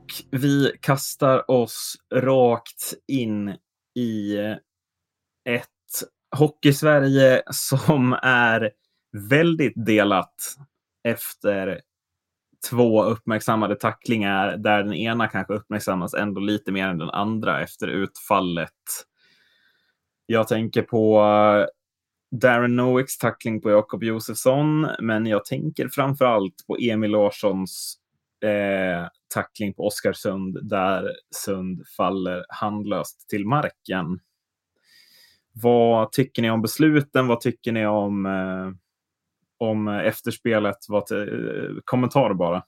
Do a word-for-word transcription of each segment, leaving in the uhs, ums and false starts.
Och vi kastar oss rakt in i ett Hockey-Sverige som är väldigt delat efter två uppmärksammade tacklingar, där den ena kanske uppmärksammas ändå lite mer än den andra efter utfallet. Jag tänker på Darren Nowicks tackling på Jakob Josefsson, men jag tänker framförallt på Emil Larssons eh, tackling på Oskarsund, där Sund faller handlöst till marken. Vad tycker ni om besluten? Vad tycker ni om, eh, om efterspelet? Vad t- eh, kommentar bara.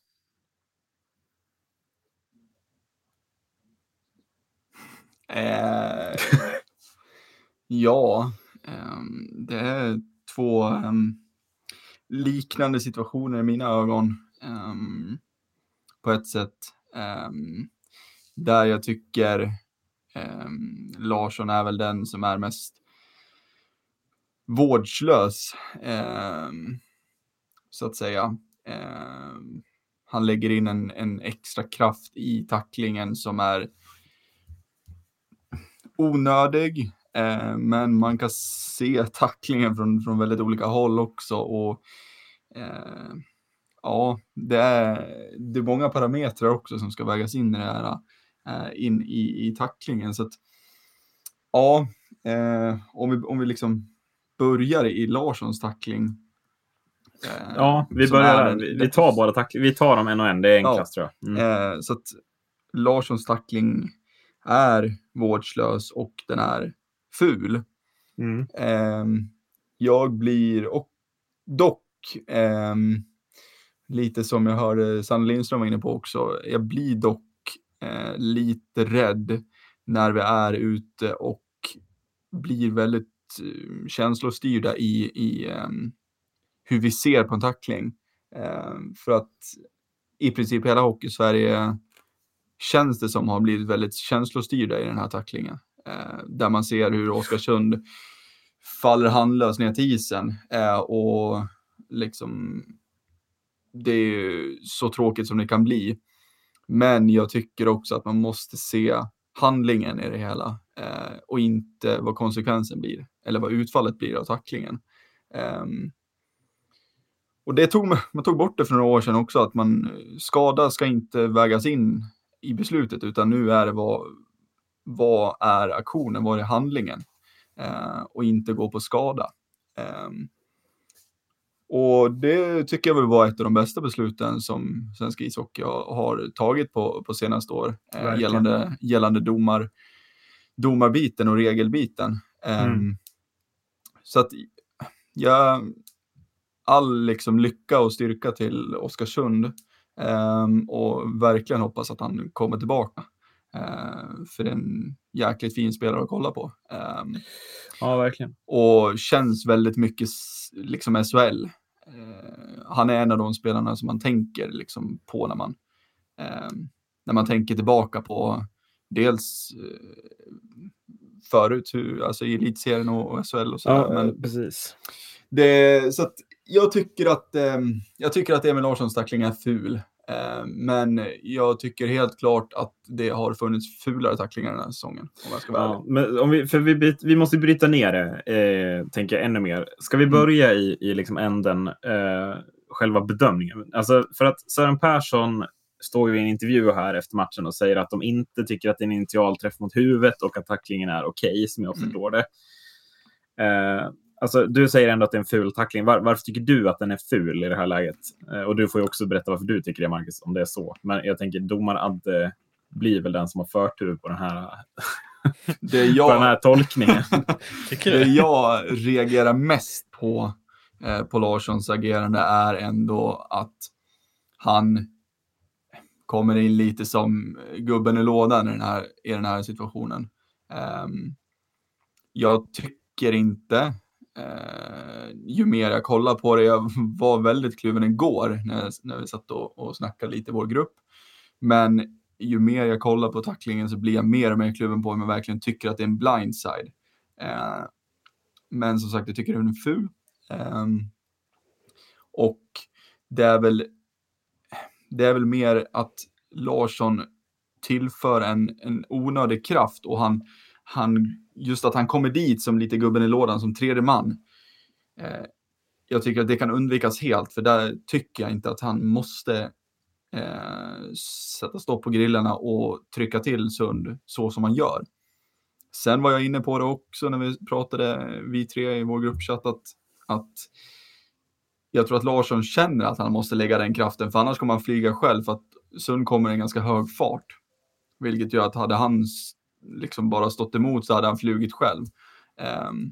Eh, ja, um, det är två um, liknande situationer i mina ögon um, på ett sätt. Um, där jag tycker um, Larsson är väl den som är mest vårdslös, um, så att säga. Um, han lägger in en, en extra kraft i tacklingen som är onödig, eh, men man kan se tacklingen från, från väldigt olika håll också, och eh, ja, det är, det är många parametrar också som ska vägas in i det här, eh, in i, i tacklingen, så att ja, eh, om vi, om vi liksom börjar i Larssons tackling. Eh, ja, vi börjar där. Vi, vi tar bara tackling, vi tar dem en och en, det är enklast, ja, tror jag. Mm. Eh, så att Larssons tackling är vårdslös och den är ful. Mm. Eh, jag blir och dock eh, lite som jag hörde Sanne Lindström var inne på också, jag blir dock eh, lite rädd när vi är ute och blir väldigt eh, känslostyrda i, i eh, hur vi ser på en tackling. Eh, för att i princip hela Hockey-Sverige känns det som har blivit väldigt känslostyrda i den här tacklingen. Eh, där man ser hur Oskarsund faller handlös ner till isen. Eh, och liksom det är ju så tråkigt som det kan bli. Men jag tycker också att man måste se handlingen i det hela. Eh, och inte vad konsekvensen blir. Eller vad utfallet blir av tacklingen. Eh, och det tog, man tog bort det för några år sedan också. Att man, skada ska inte vägas in i beslutet, utan nu är det vad, vad är aktionen, vad är handlingen, eh, och inte gå på skada. Eh, och det tycker jag väl var ett av de bästa besluten som svensk ishockey har, har tagit på, på senaste år, eh, gällande, gällande domar, domarbiten och regelbiten. Eh, mm. Så att jag all liksom lycka och styrka till Oskarsund, eh, och verkligen hoppas att han kommer tillbaka. Uh, för en jäkligt fin spelare att kolla på. Um, ja, verkligen. Och känns väldigt mycket liksom S H L. Uh, han är en av de spelarna som man tänker liksom på när man uh, när man tänker tillbaka på dels uh, förut, hur, alltså i elitserien och, och S H L och sådär. Ja, men precis. Det, så att jag tycker att um, jag tycker att Emil Larssons tackling är ful. Men jag tycker helt klart att det har funnits fulare tacklingar den här säsongen, om jag ska vara ja, men om vi, för vi, byt, vi måste bryta ner det, eh, tänker jag ännu mer. Ska vi börja mm. i, i liksom änden, eh, själva bedömningen? Alltså, för att Sören Persson står ju i en intervju här efter matchen och säger att de inte tycker att det är en initialträff mot huvudet och att tacklingen är okej, okay, som jag förstår det. Eh, Alltså, du säger ändå att det är en ful tackling. Var, varför tycker du att den är ful i det här läget? Eh, och du får ju också berätta varför du tycker det, Marcus, om det är så. Men jag tänker, domaren Adde blir väl den som har förtur på den här, det är jag, på den här tolkningen. Det jag reagerar mest på eh, på Larssons agerande är ändå att han kommer in lite som gubben i lådan i den här, i den här situationen. Eh, jag tycker inte Uh, ju mer jag kollar på det, jag var väldigt kluven igår när, när vi satt och, och snackade lite i vår grupp, men ju mer jag kollar på tacklingen så blir jag mer och mer kluven på om jag verkligen tycker att det är en blindside. Uh, men som sagt, jag tycker den är ful. Um, och det är väl det är väl mer att Larsson tillför en, en onödig kraft och han, han, just att han kommer dit som lite gubben i lådan som tredje man. Eh, jag tycker att det kan undvikas helt, för där tycker jag inte att han måste eh, sätta stopp på grillarna och trycka till Sund så som man gör. Sen var jag inne på det också när vi pratade, vi tre i vår gruppchatt, att, att jag tror att Larsson känner att han måste lägga den kraften, för annars kommer han flyga själv, för att Sund kommer en ganska hög fart. Vilket gör att hade han liksom bara stått emot så hade han flugit själv. Um,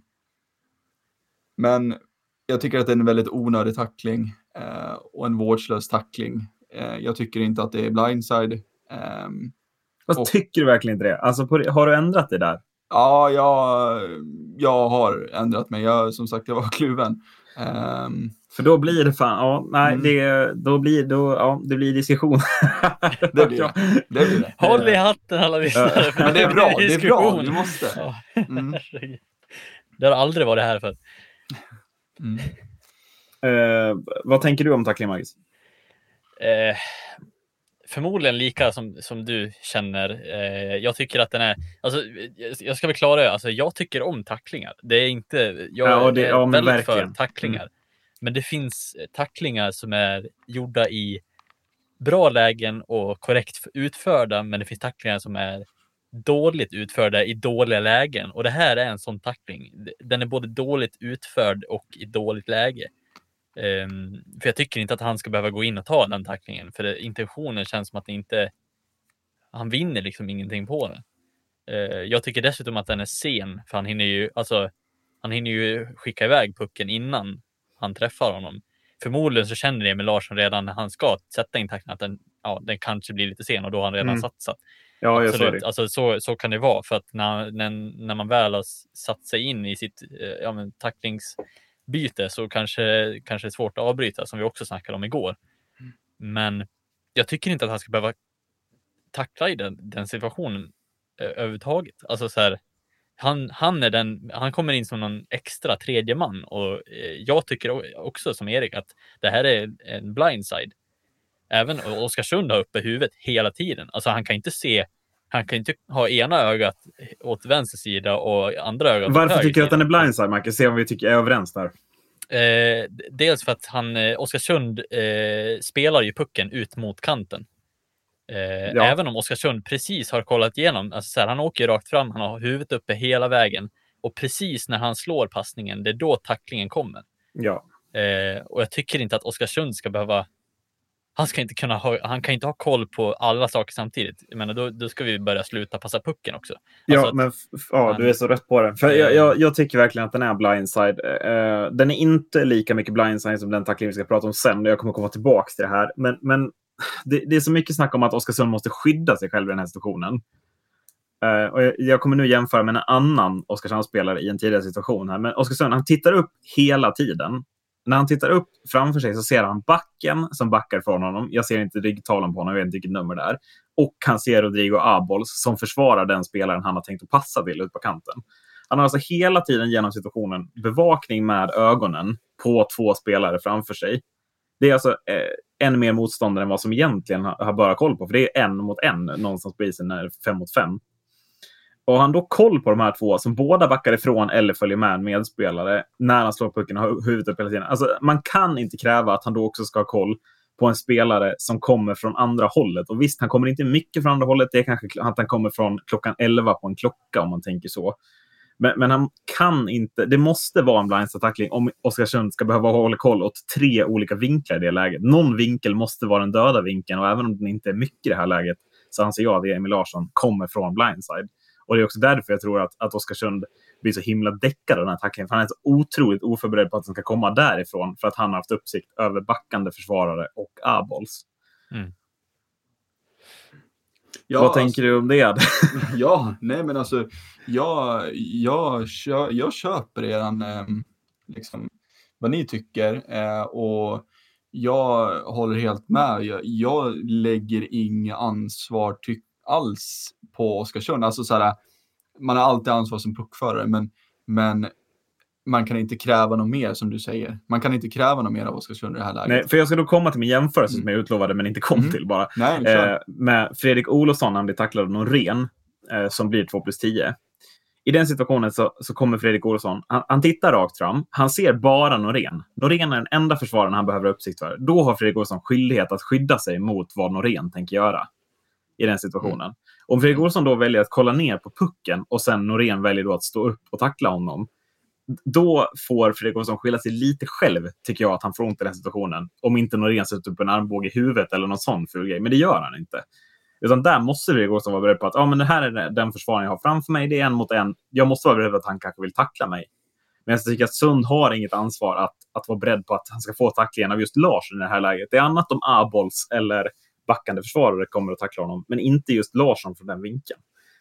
men jag tycker att det är en väldigt onödig tackling uh, och en vårdslös tackling. Uh, jag tycker inte att det är blindside. Um, Fast och, tycker du verkligen inte det? Alltså, på, har du ändrat det där? Ja, jag, jag har ändrat mig. Jag, som sagt, jag var kluven. Um, För då blir det fan, ja, nej, Mm. det, då blir, då, ja, det blir diskussion. det blir det. det, blir det. Håll i hatten alla lyssnare. Ja, Men det är bra, det är bra. diskussion. Vi måste. Ja. Mm. Det har aldrig varit här för. Mm. Eh, vad tänker du om tackling, Marcus? Eh, förmodligen lika som, som du känner. Eh, jag tycker att den är, alltså, jag ska väl klara det. Alltså, jag tycker om tacklingar. Det är inte, jag Ja, och det- är ja, men väldigt för verkligen. tacklingar. Mm. Men det finns tacklingar som är gjorda i bra lägen och korrekt utförda, men det finns tacklingar som är dåligt utförda i dåliga lägen. Och det här är en sån tackling. Den är både dåligt utförd och i dåligt läge. Um, för jag tycker inte att han ska behöva gå in och ta den tacklingen, för det, intentionen känns som att det inte, han vinner liksom ingenting på det. Uh, jag tycker dessutom att den är sen, för han hinner ju, alltså, han hinner ju skicka iväg pucken innan han träffar honom. Förmodligen så känner Emil Larsson redan när han ska sätta in tacklingen att den, ja, den kanske blir lite sen, och då har han redan Mm. satsat. Ja, jag sa Absolut. det. Alltså, så, så kan det vara, för att när, när, när man väl har satt sig in i sitt eh, ja, men, tacklingsbyte, så kanske, kanske det är svårt att avbryta, som vi också snackade om igår. Men jag tycker inte att han ska behöva tackla i den, den situationen eh, överhuvudtaget. Alltså så här, han, han, är den, han kommer in som någon extra tredje man, och eh, jag tycker också som Erik att det här är en blindside. Även Oskarsund har uppe huvudet hela tiden. Alltså han kan inte se, han kan inte ha ena ögat åt vänster sida och andra ögat åt Varför höger tycker du att sida. den är blindside, Marcus? Se om vi tycker är överens där. Eh, dels för att han, eh, Oskarsund eh, spelar ju pucken ut mot kanten. Eh, Ja. Även om Oskarsund precis har kollat igenom, alltså så här, han åker rakt fram, han har huvudet uppe hela vägen, och precis när han slår passningen, det är då tacklingen kommer. Ja. Eh, och jag tycker inte att Oskarsund ska behöva, han ska inte kunna ha, han kan inte ha koll på alla saker samtidigt. Jag menar, då, då ska vi börja sluta passa pucken också. Ja, Alltså att, men f- f- ja, han- du är så rätt på det. För jag, jag, jag tycker verkligen att den är blindside. Uh, den är inte lika mycket blindside som den tackling vi ska prata om sen. Jag kommer komma tillbaka till det här. Men, men det, det är så mycket snack om att Oskarsund måste skydda sig själv i den här situationen. Uh, och jag, jag kommer nu jämföra med en annan Oskarshamnsspelare i en tidigare situation här. Men Oskarsund, han tittar upp hela tiden. När han tittar upp framför sig så ser han backen som backar från honom. Jag ser inte ryggtavlan på honom, jag vet inte vilket nummer det är. Och han ser Rodrigo Abols som försvarar den spelaren han har tänkt att passa till ut på kanten. Han har alltså hela tiden genom situationen bevakning med ögonen på två spelare framför sig. Det är alltså eh, en mer motståndare än vad som egentligen har, har bara koll på. För det är en mot en någonstans på isen när fem mot fem. Och han då koll på de här två som båda backar ifrån eller följer med en medspelare när han slår pucken och har huvudet upp hela tiden. Alltså, man kan inte kräva att han då också ska ha koll på en spelare som kommer från andra hållet. Och visst, han kommer inte mycket från andra hållet. Det är kanske att han kommer från klockan elva på en klocka, om man tänker så. Men, men han kan inte, det måste vara en blindside-tackling om Oskarsund ska behöva hålla koll åt tre olika vinklar i det läget. Någon vinkel måste vara den döda vinkeln, och även om den inte är mycket i det här läget så anser jag att Emil Larsson kommer från blindside. Och det är också därför jag tror att, att Oskarsund blir så himla däckad av den här tacklingen. För han är så otroligt oförberedd på att den ska komma därifrån, för att han har haft uppsikt över backande försvarare och Abols. Mm. Ja, Vad alltså, tänker du om det? Ja, nej men alltså jag, jag, kö, jag köper eran eh, liksom, vad ni tycker eh, och jag håller helt med. Jag, jag lägger inga ansvar ty- alls på Oskarsund. Alltså så här, man har alltid ansvar som puckförare, men, men man kan inte kräva något mer, som du säger. Man kan inte kräva något mer av Oskarsund i det här läget. Nej, för jag ska då komma till min jämförelse Mm. som jag utlovade men inte kom Mm. till bara. Nej, eh, med Fredrik Olofsson, han blir tacklad av Norén eh, som blir två plus tio. I den situationen så, så kommer Fredrik Olofsson, han, han tittar rakt fram, han ser bara Norén. Norén är den enda försvararen han behöver uppsikt för. Då har Fredrik Olofsson skyldighet att skydda sig mot vad Norén tänker göra i den situationen. Mm. Om Fredrik Olofsson då väljer att kolla ner på pucken och sen Norén väljer då att stå upp och tackla honom, då får Fredrik Olofsson skylla sig lite själv, tycker jag, att han får ont i den situationen. Om inte Norén sätter upp en armbåge i huvudet eller någon sån ful grej. Men det gör han inte. Utan där måste Fredrik Olofsson vara beredd på att ah, men det här är den försvararen jag har framför mig. Det är en mot en. Jag måste vara beredd på att han kanske vill tackla mig. Men jag tycker att Sund har inget ansvar att, att vara beredd på att han ska få tacklingen av just Larsson i det här läget. Det är annat om Abols eller backande försvarare kommer att tackla honom. Men inte just Larsson från den vinkeln.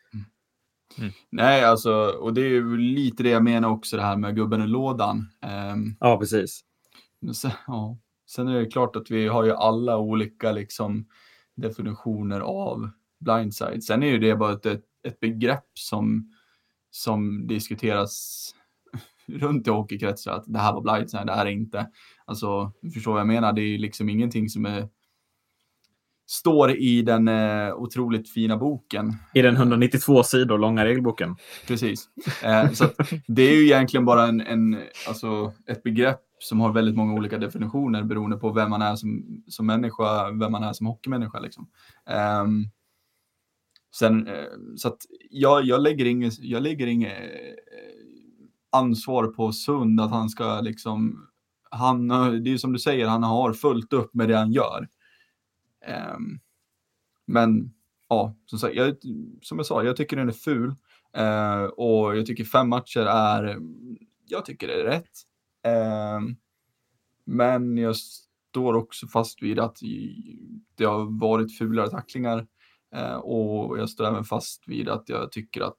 Mm. Nej, alltså, och det är ju lite det jag menar också, det här med gubben i lådan. Um, ja, precis. Sen, ja. Sen är det klart att vi har ju alla olika liksom, definitioner av blindside. Sen är ju det bara ett, ett begrepp som, som diskuteras runt i hockeykretsar, att det här var blindside, det här är inte. Alltså, du förstår vad jag menar, det är liksom ingenting som är står i den eh, otroligt fina boken. I den hundranittiotvå sidor långa regelboken. Precis. Eh, så att det är ju egentligen bara en, en, alltså ett begrepp som har väldigt många olika definitioner beroende på vem man är som, som människa, vem man är som hockeymänniska. Liksom. Eh, sen, eh, så att jag, jag lägger inget, jag lägger inget ansvar på Sund att han ska liksom, han, det är som du säger, han har fullt upp med det han gör. Um, men ja, som, sagt, jag, som jag sa, jag tycker den är ful uh, och jag tycker fem matcher är, jag tycker det är rätt, um, men jag står också fast vid att det har varit fulare tacklingar uh, och jag står även fast vid att jag tycker att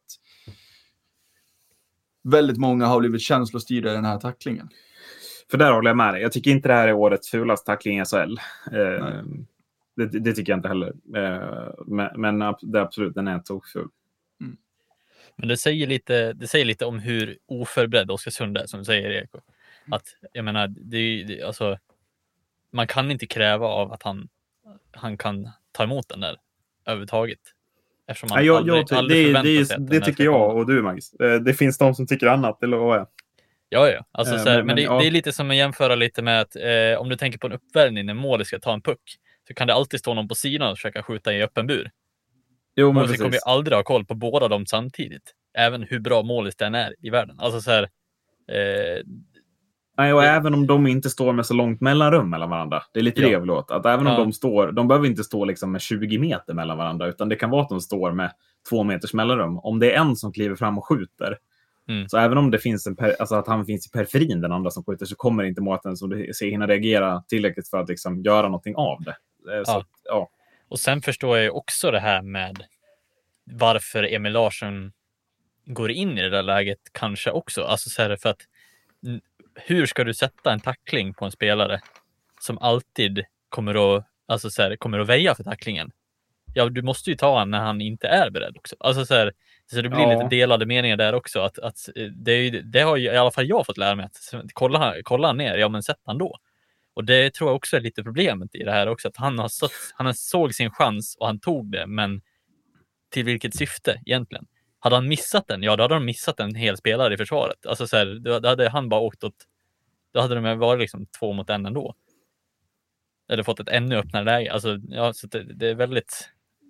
väldigt många har blivit känslostyrda i den här tacklingen. För där håller jag med dig. Jag tycker inte det här är årets fulaste tackling i S H L. Uh, Det, det tycker jag inte heller. Eh, men, men det är absolut, den är tokfull. Mm. Men det säger lite, det säger lite om hur oförberedd Oskarsund är, som du säger, Erik. Att, jag menar, det, det, alltså, man kan inte kräva av att han, han kan ta emot den där överhuvudtaget. Eftersom man ja, jag, aldrig, jag, aldrig det, förväntar det, sig att det tycker jag komma. och du, Magnus. Det finns de som tycker annat, eller vad är? Ja, ja. Alltså, Eh, så här, men, men det, ja. det är lite som att jämföra lite med att eh, om du tänker på en uppvärmning när målet ska ta en puck, så kan det alltid stå någon på sidan och försöka skjuta i öppen bur. Jo, men Målisen kommer ju aldrig ha koll på båda dem samtidigt. Även hur bra målis den är i världen. Alltså så här... Eh, Nej, och det, även om de inte står med så långt mellanrum mellan varandra. Det är lite ja. det jag vill åt. Att även om ja. de står, de behöver inte stå liksom med tjugo meter mellan varandra. Utan det kan vara att de står med två meters mellanrum. Om det är en som kliver fram och skjuter. Mm. Så även om det finns en per, alltså att han finns i periferin, den andra som skjuter, så kommer inte måten som du ser hinna reagera tillräckligt för att liksom göra någonting av det. Så, ja. ja. Och sen förstår jag också det här med varför Emil Larsson går in i det där läget kanske också. Alltså så här, för att hur ska du sätta en tackling på en spelare som alltid kommer att, alltså så här, kommer att väja för tacklingen? Ja, du måste ju ta han när han inte är beredd också. Alltså så här, så det blir ja. lite delade meningar där också. Att, att det, är, det har ju i alla fall jag fått lära mig. Att kolla, kolla han ner, ja men sätt han då. Och det tror jag också är lite problemet i det här också. Att han har stått, han såg sin chans och han tog det. Men till vilket syfte egentligen? Hade han missat den? Ja, då hade de missat en hel spelare i försvaret. Alltså så här, då hade han bara åkt åt... Då hade de varit liksom två mot en ändå. Eller fått ett ännu öppnare läge. Alltså, ja, så det, det är väldigt...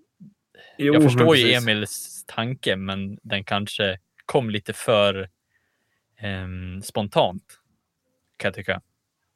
Jo, jag förstår ju Emils tanke, men den kanske kom lite för eh, spontant, kan jag tycka.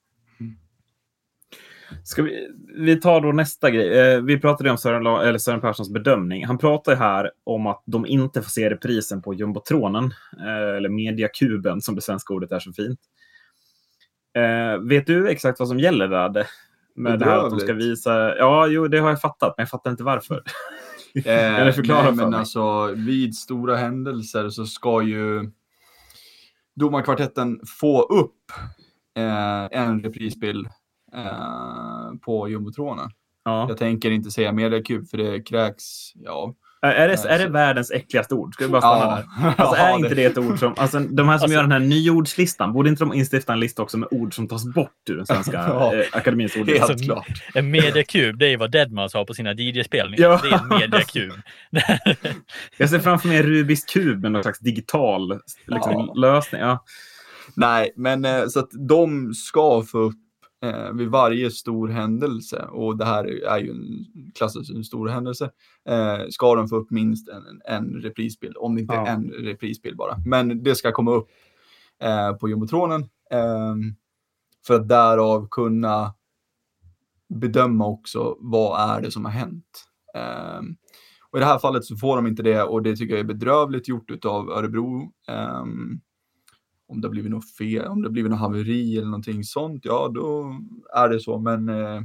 Ska vi, vi tar då nästa grej. Eh, vi pratade om Sören, eller Sören Perssons bedömning. Han pratar här om att de inte får se reprisen på jumbotronen, eh, eller mediakuben som det svenska ordet är så fint. Eh, vet du exakt vad som gäller där? Med det här att de ska visa... Ja, jo, det har jag fattat, men jag fattar inte varför. Eh, nej, men alltså, vid stora händelser så ska ju domarkvartetten få upp eh, en reprisbild eh, på jumbotronen. Ja. Jag tänker inte säga mediakub för det kräks, ja, Är det, är det världens äckligaste ord? Ska vi bara stanna Ja. där? Alltså är Ja, inte det ett ord som... Alltså, de här som Alltså- gör den här nyordslistan, borde inte de instifta en lista också med ord som tas bort ur den svenska Ja. eh, akademins ord? Helt Alltså, klart. En mediakub, det är vad Deadmau5 har på sina D J-spelningar. Ja. Det är en mediakub. Jag ser framför mig en Rubiks kub med någon slags digital liksom, Ja. lösning. Ja. Nej, men eh, så att de ska få upp eh, vid varje stor händelse, och det här är ju en klassisk en stor händelse, eh, ska de få upp minst en, en, en reprisbild, om det inte Ja. är en reprisbild bara. Men det ska komma upp eh, på jumbotronen eh, för att därav kunna bedöma också vad är det som har hänt. Eh, och i det här fallet så får de inte det, och det tycker jag är bedrövligt gjort av Örebro. Eh, Om det har blivit något fel, om det har blivit något haveri eller någonting sånt, ja då är det så. Men eh,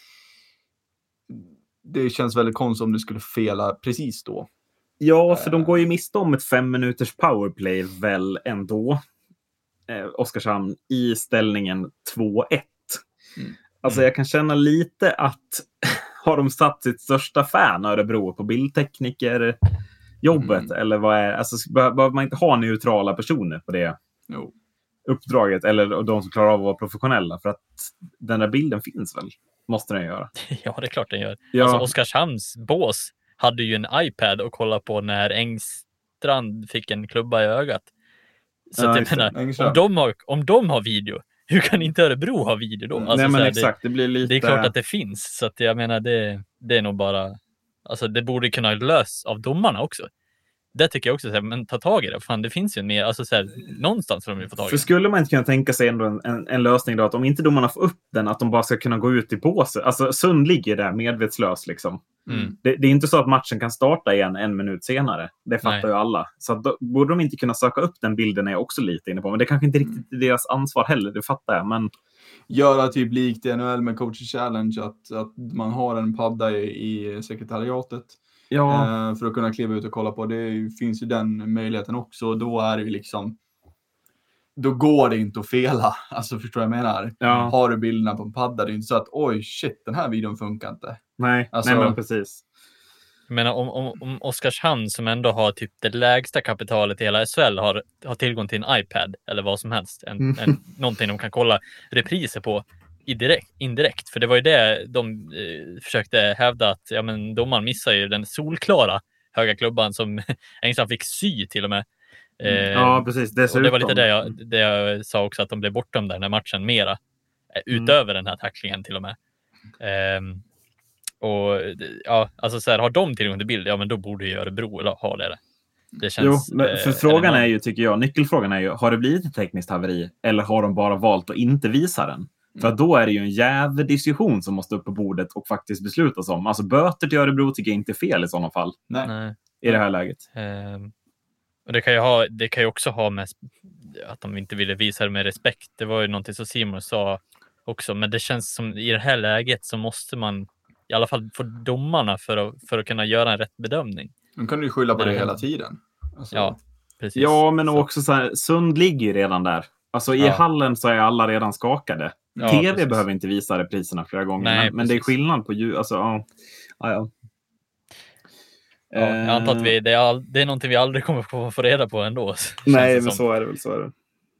det känns väldigt konstigt om det skulle fela precis då. Ja, för de går ju miste om ett fem minuters powerplay väl ändå. Eh, Oskarshamn i ställningen två ett. Mm. Alltså jag kan känna lite att har de satt sitt största fan Örebro på bildtekniker jobbet Mm. eller vad är, alltså behöver man inte ha neutrala personer på det Jo. uppdraget, eller de som klarar av att vara professionella, för att den där bilden finns väl, måste den göra. Ja, det är klart den gör. Ja. Alltså Oskarshamns bås hade ju en iPad att kolla på när Engstrand fick en klubba i ögat. Så Ja, att jag just det. menar, Engstrand. om de, har, om de har video, hur kan inte Örebro ha video då? Alltså, Nej så men här, exakt, det, det blir det, lite... det är klart att det finns. Så att jag menar, det, det är nog bara... Alltså det borde kunna lös av domarna också. Det tycker jag också, så här, men ta tag i det. Fan, det finns ju mer, alltså så här, någonstans får de ju få tag i För det. skulle man inte kunna tänka sig ändå en, en, en lösning då, att om inte domarna får upp den, att de bara ska kunna gå ut i påse. Alltså Sund ligger där medvetslös liksom. Mm. Det, det är inte så att matchen kan starta igen en minut senare. Det fattar Nej. ju alla. Så att då, borde de inte kunna söka upp den bilden är jag också lite inne på. Men det kanske inte riktigt är deras ansvar heller, det fattar jag. Men Göra typ likt i N H L med Coach Challenge, att, att man har en padda i, i sekretariatet. ja, Eh, för att kunna kliva ut och kolla på. Det finns ju den möjligheten också. Då är det ju liksom, då går det inte att fela. Alltså förstår jag menar? Ja. Har du bilderna på en padda, det är inte så att oj shit, den här videon funkar inte. nej, Alltså- nej men precis. Jag menar, om, om, om Oskarshamn som ändå har typ det lägsta kapitalet i hela S H L har, har tillgång till en iPad eller vad som helst. En, Mm. en, någonting de kan kolla repriser på indirekt, indirekt. För det var ju det de eh, försökte hävda, att ja, men domaren missar ju den solklara höga klubban som Engstrand fick sy till och med. Eh, Ja, precis. Dessutom. och det var lite det jag, det jag sa också, att de blev bortdömda den här matchen mera. Eh, utöver den här tacklingen till och med. Ehm, och ja, alltså så här, har de tillgång till bild, ja men då borde ju Örebro eller ha det. Det känns, Jo, men för eh, frågan enormt. är ju, tycker jag, nyckelfrågan är ju, har det blivit ett tekniskt haveri eller har de bara valt att inte visa den? Mm. För då är det ju en jävla diskussion som måste upp på bordet och faktiskt beslutas om. Alltså böter till Örebro tycker jag inte är fel i sådana fall. Nej. Nej. I det här läget. Ehm, och det kan ju ha, det kan ju också ha med att de inte ville visa det med respekt. Det var ju någonting som Simon sa också, men det känns som i det här läget så måste man i alla fall få domarna för att, för att kunna göra en rätt bedömning. De kan ju skylla på Nej. det hela tiden. Alltså, Ja, precis. Ja, men Så- också så här, Sund ligger ju redan där. Alltså i Ja. hallen så är alla redan skakade. Ja, T V precis. behöver inte visa repriserna flera gånger, Nej, men, men det är precis. skillnad på ljud. Alltså, ja. Ja, ja. Ja, jag antar att vi, det, är all, det är någonting vi aldrig kommer få, få reda på ändå. känns Nej, det men som. så är det väl. Så är det.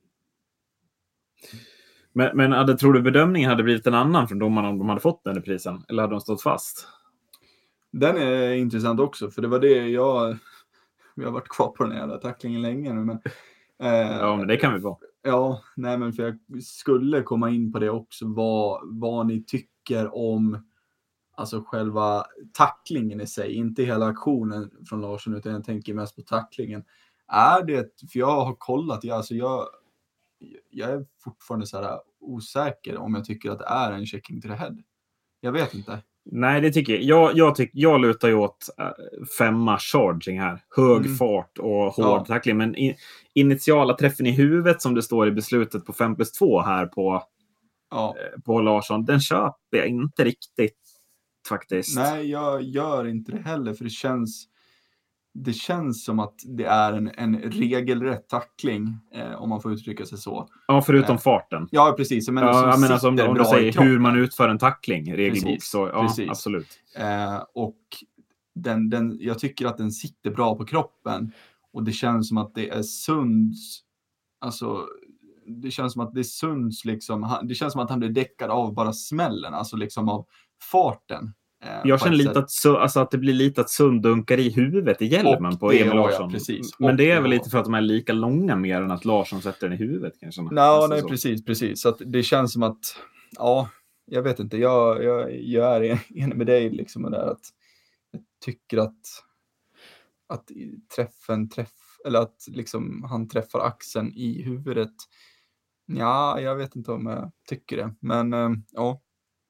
Men, men hade, tror du bedömningen hade blivit en annan från domarna om de hade fått den reprisen? Eller hade de stått fast? Den är intressant också, för det var det jag... Vi har varit kvar på den här jävla tacklingen länge nu, men... Eh, Ja, men det kan vi vara. Ja, nej men för jag skulle komma in på det också, vad, vad ni tycker om alltså själva tacklingen i sig, inte hela aktionen från Larsson, utan jag tänker mest på tacklingen. Är det, för jag har kollat, jag, alltså jag, jag är fortfarande så här osäker om jag tycker att det är en checking to the head. Jag vet inte. Nej, det tycker jag. Jag, jag, tyck, jag lutar ju åt äh, femma charging här. Hög Mm. fart och hård Ja. tackling. Men in, initiala träffen i huvudet som det står i beslutet på fem plus två här på, Ja. eh, på Larsson, den köper jag inte riktigt faktiskt. Nej, jag gör inte det heller, för det känns det känns som att det är en, en regelrätt tackling, eh, om man får uttrycka sig så. Ja, förutom Nej. farten. Ja, precis. Men Ja, jag menar, alltså, om, om du bra i säger kroppen. hur man utför en tackling, regelbok, Precis, så ja, precis. absolut. Eh, och den, den, jag tycker att den sitter bra på kroppen. Och det känns som att det är Sunds, alltså det känns som att det är Sunds liksom, det känns som att han blir däckad av bara smällen, alltså liksom av farten. Eh, jag känner lite att, så, alltså att det blir lite att Sund dunkar i huvudet i hjälmen på Emil Larsson. Ja, precis. Men det är väl lite för att de är lika långa mer än att Larsson sätter den i huvudet kanske. No, alltså nej, så. precis, precis. Så att det känns som att, ja, jag vet inte, jag, jag, jag är enig med dig liksom med det där, att jag tycker att att träffen träff eller att liksom han träffar axeln i huvudet. Ja, jag vet inte om jag tycker det, men äh, ja.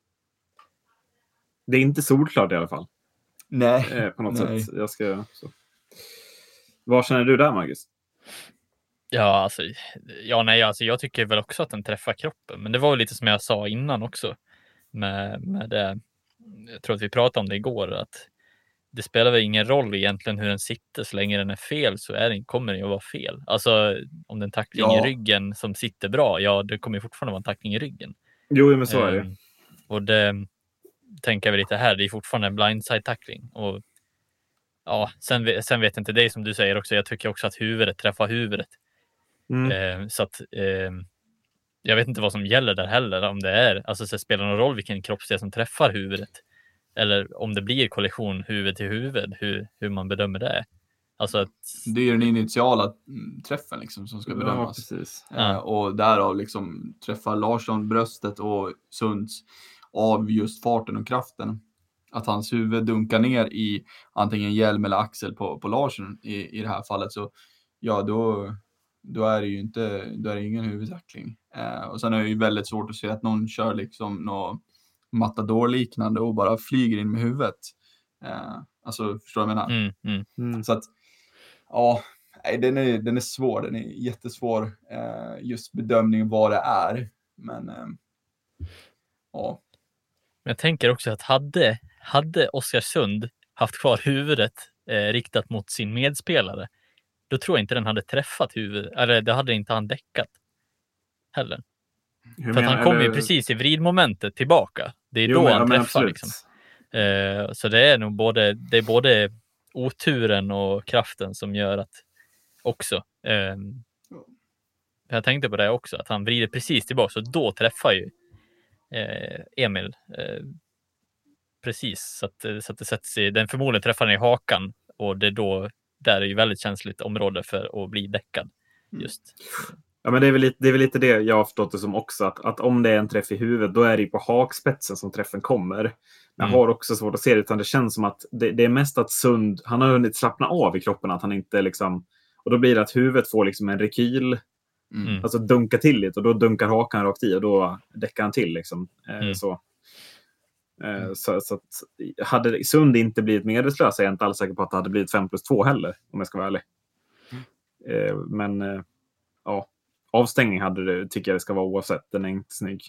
Det är inte solklart i alla fall. Nej. Eh, på något nej. sätt. Jag ska så. Vad känner du där, Marcus? Ja, alltså, ja, nej, alltså jag tycker väl också att den träffar kroppen, men det var väl lite som jag sa innan också med, med det. Jag tror att vi pratade om det igår, att det spelar väl ingen roll egentligen hur den sitter, så länge den är fel så är den, kommer den ju att vara fel. Alltså om den tackling ja. i ryggen som sitter bra, ja, det kommer ju fortfarande vara en tackling i ryggen. Jo, men så är det. Um, och det tänker vi lite här, det är fortfarande en blindside-tackling. Och ja, sen, sen vet inte det som du säger också, jag tycker också att huvudet träffar huvudet. Mm. Um, så att um, jag vet inte vad som gäller där heller, om det är, alltså så det spelar någon roll vilken kroppsdel som träffar huvudet. Eller om det blir kollision huvud till huvud, hur, hur man bedömer det. Alltså att... Det är den initiala träffen liksom som ska bedömas. Ja, precis. Ja. Eh, och därav liksom träffar Larsson bröstet och Sunds av just farten och kraften. Att hans huvud dunkar ner i antingen hjälm eller axel på, på Larsson i, i det här fallet. Så ja, då, då är det ju inte, då är det ingen huvudtackling. Eh, och sen är det ju väldigt svårt att se att någon kör liksom något matador-liknande och bara flyger in med huvudet. Eh, alltså, förstår du vad jag menar? Mm, mm, mm. Så att, ja, den är, den är svår. Den är jättesvår, eh, just bedömningen vad det är. Men, eh, ja. Men jag tänker också att hade, hade Oskarsund haft kvar huvudet eh, riktat mot sin medspelare, då tror jag inte den hade träffat huvudet. Eller det hade inte han däckat heller. Hur För att han kommer ju precis i vridmomentet tillbaka. Det är jo, då men, han träffar. Liksom. Eh, så det är nog både, det är både oturen och kraften som gör att också. Eh, jag tänkte på det också, att han vrider precis tillbaka. Så då träffar ju eh, Emil eh, precis. Så att, så att det sätts i, den förmodligen träffar den i hakan. Och det är då, där är ju väldigt känsligt område för att bli däckad. Just. Ja, men det är, väl lite, det är väl lite det jag har förstått det som också. Att, att om det är en träff i huvudet, då är det ju på hakspetsen som träffen kommer. Jag mm. har också svårt att se det, utan det känns som att det, det är mest att Sund, han har hunnit slappna av i kroppen, att han inte liksom, och då blir det att huvudet får liksom en rekyl, mm. alltså dunka till lite, och då dunkar hakan rakt i och då däckar han till liksom. Mm. Eh, så. Eh, så, så att hade Sund inte blivit medvetslös, är jag inte alls säker på att det hade blivit fem plus två heller, om jag ska vara ärlig. Eh, men eh, ja, avstängning hade det, tycker jag det ska vara oavsett. Den är inte snygg.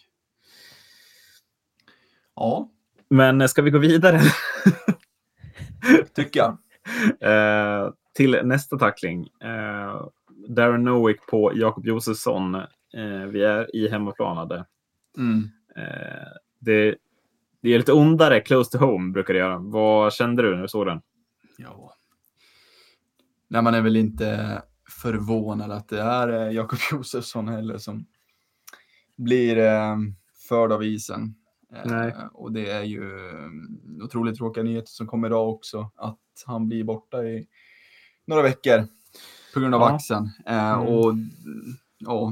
Ja. Men ska vi gå vidare? Tycker jag. Eh, till nästa tackling. Eh, Darren Nowick på Jakob Josefsson. Eh, vi är i hemmaplanade. Mm. Eh, det, det är lite ondare close to home brukar det göra. Vad kände du när du såg den? Ja. Nej, man är väl inte förvånad att det är Jakob Josefsson heller som blir eh, förd av isen. Nej. Eh, och det är ju otroligt tråkiga nyheter som kommer idag också, att han blir borta i några veckor på grund av ja. axeln. Eh, mm. Och ja,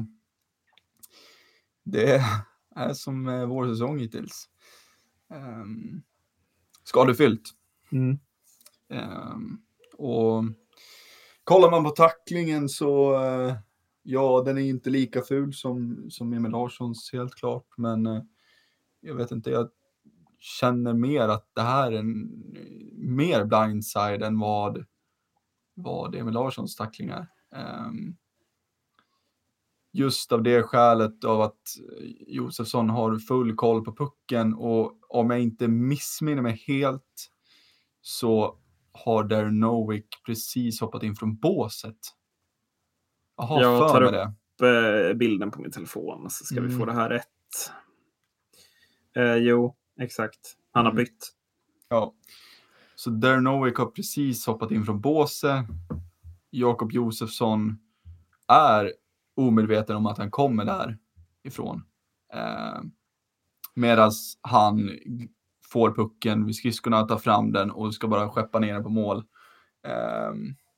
det är som eh, vår säsong hittills. Eh, skadefyllt. Mm. Eh, och kollar man på tacklingen så eh, ja, den är inte lika ful som, som Emil Larssons, helt klart. Men eh, jag vet inte, jag känner mer att det här är en mer blindside än vad, vad Emil Larssons tacklingar. Um, just av det skälet av att Josefsson har full koll på pucken, och om jag inte missminner mig helt så har Darren Nowick precis hoppat in från båset. Aha, jag tar upp det. Bilden på min telefon, så ska mm. vi få det här rätt. Eh, jo, exakt. Han har bytt. Ja. Så Darren Nowick har precis hoppat in från båset. Jakob Josefsson är omedveten om att han kommer där ifrån. Eh, Medan han får pucken vid skridskorna, ta fram den och ska bara skeppa ner den på mål. Eh,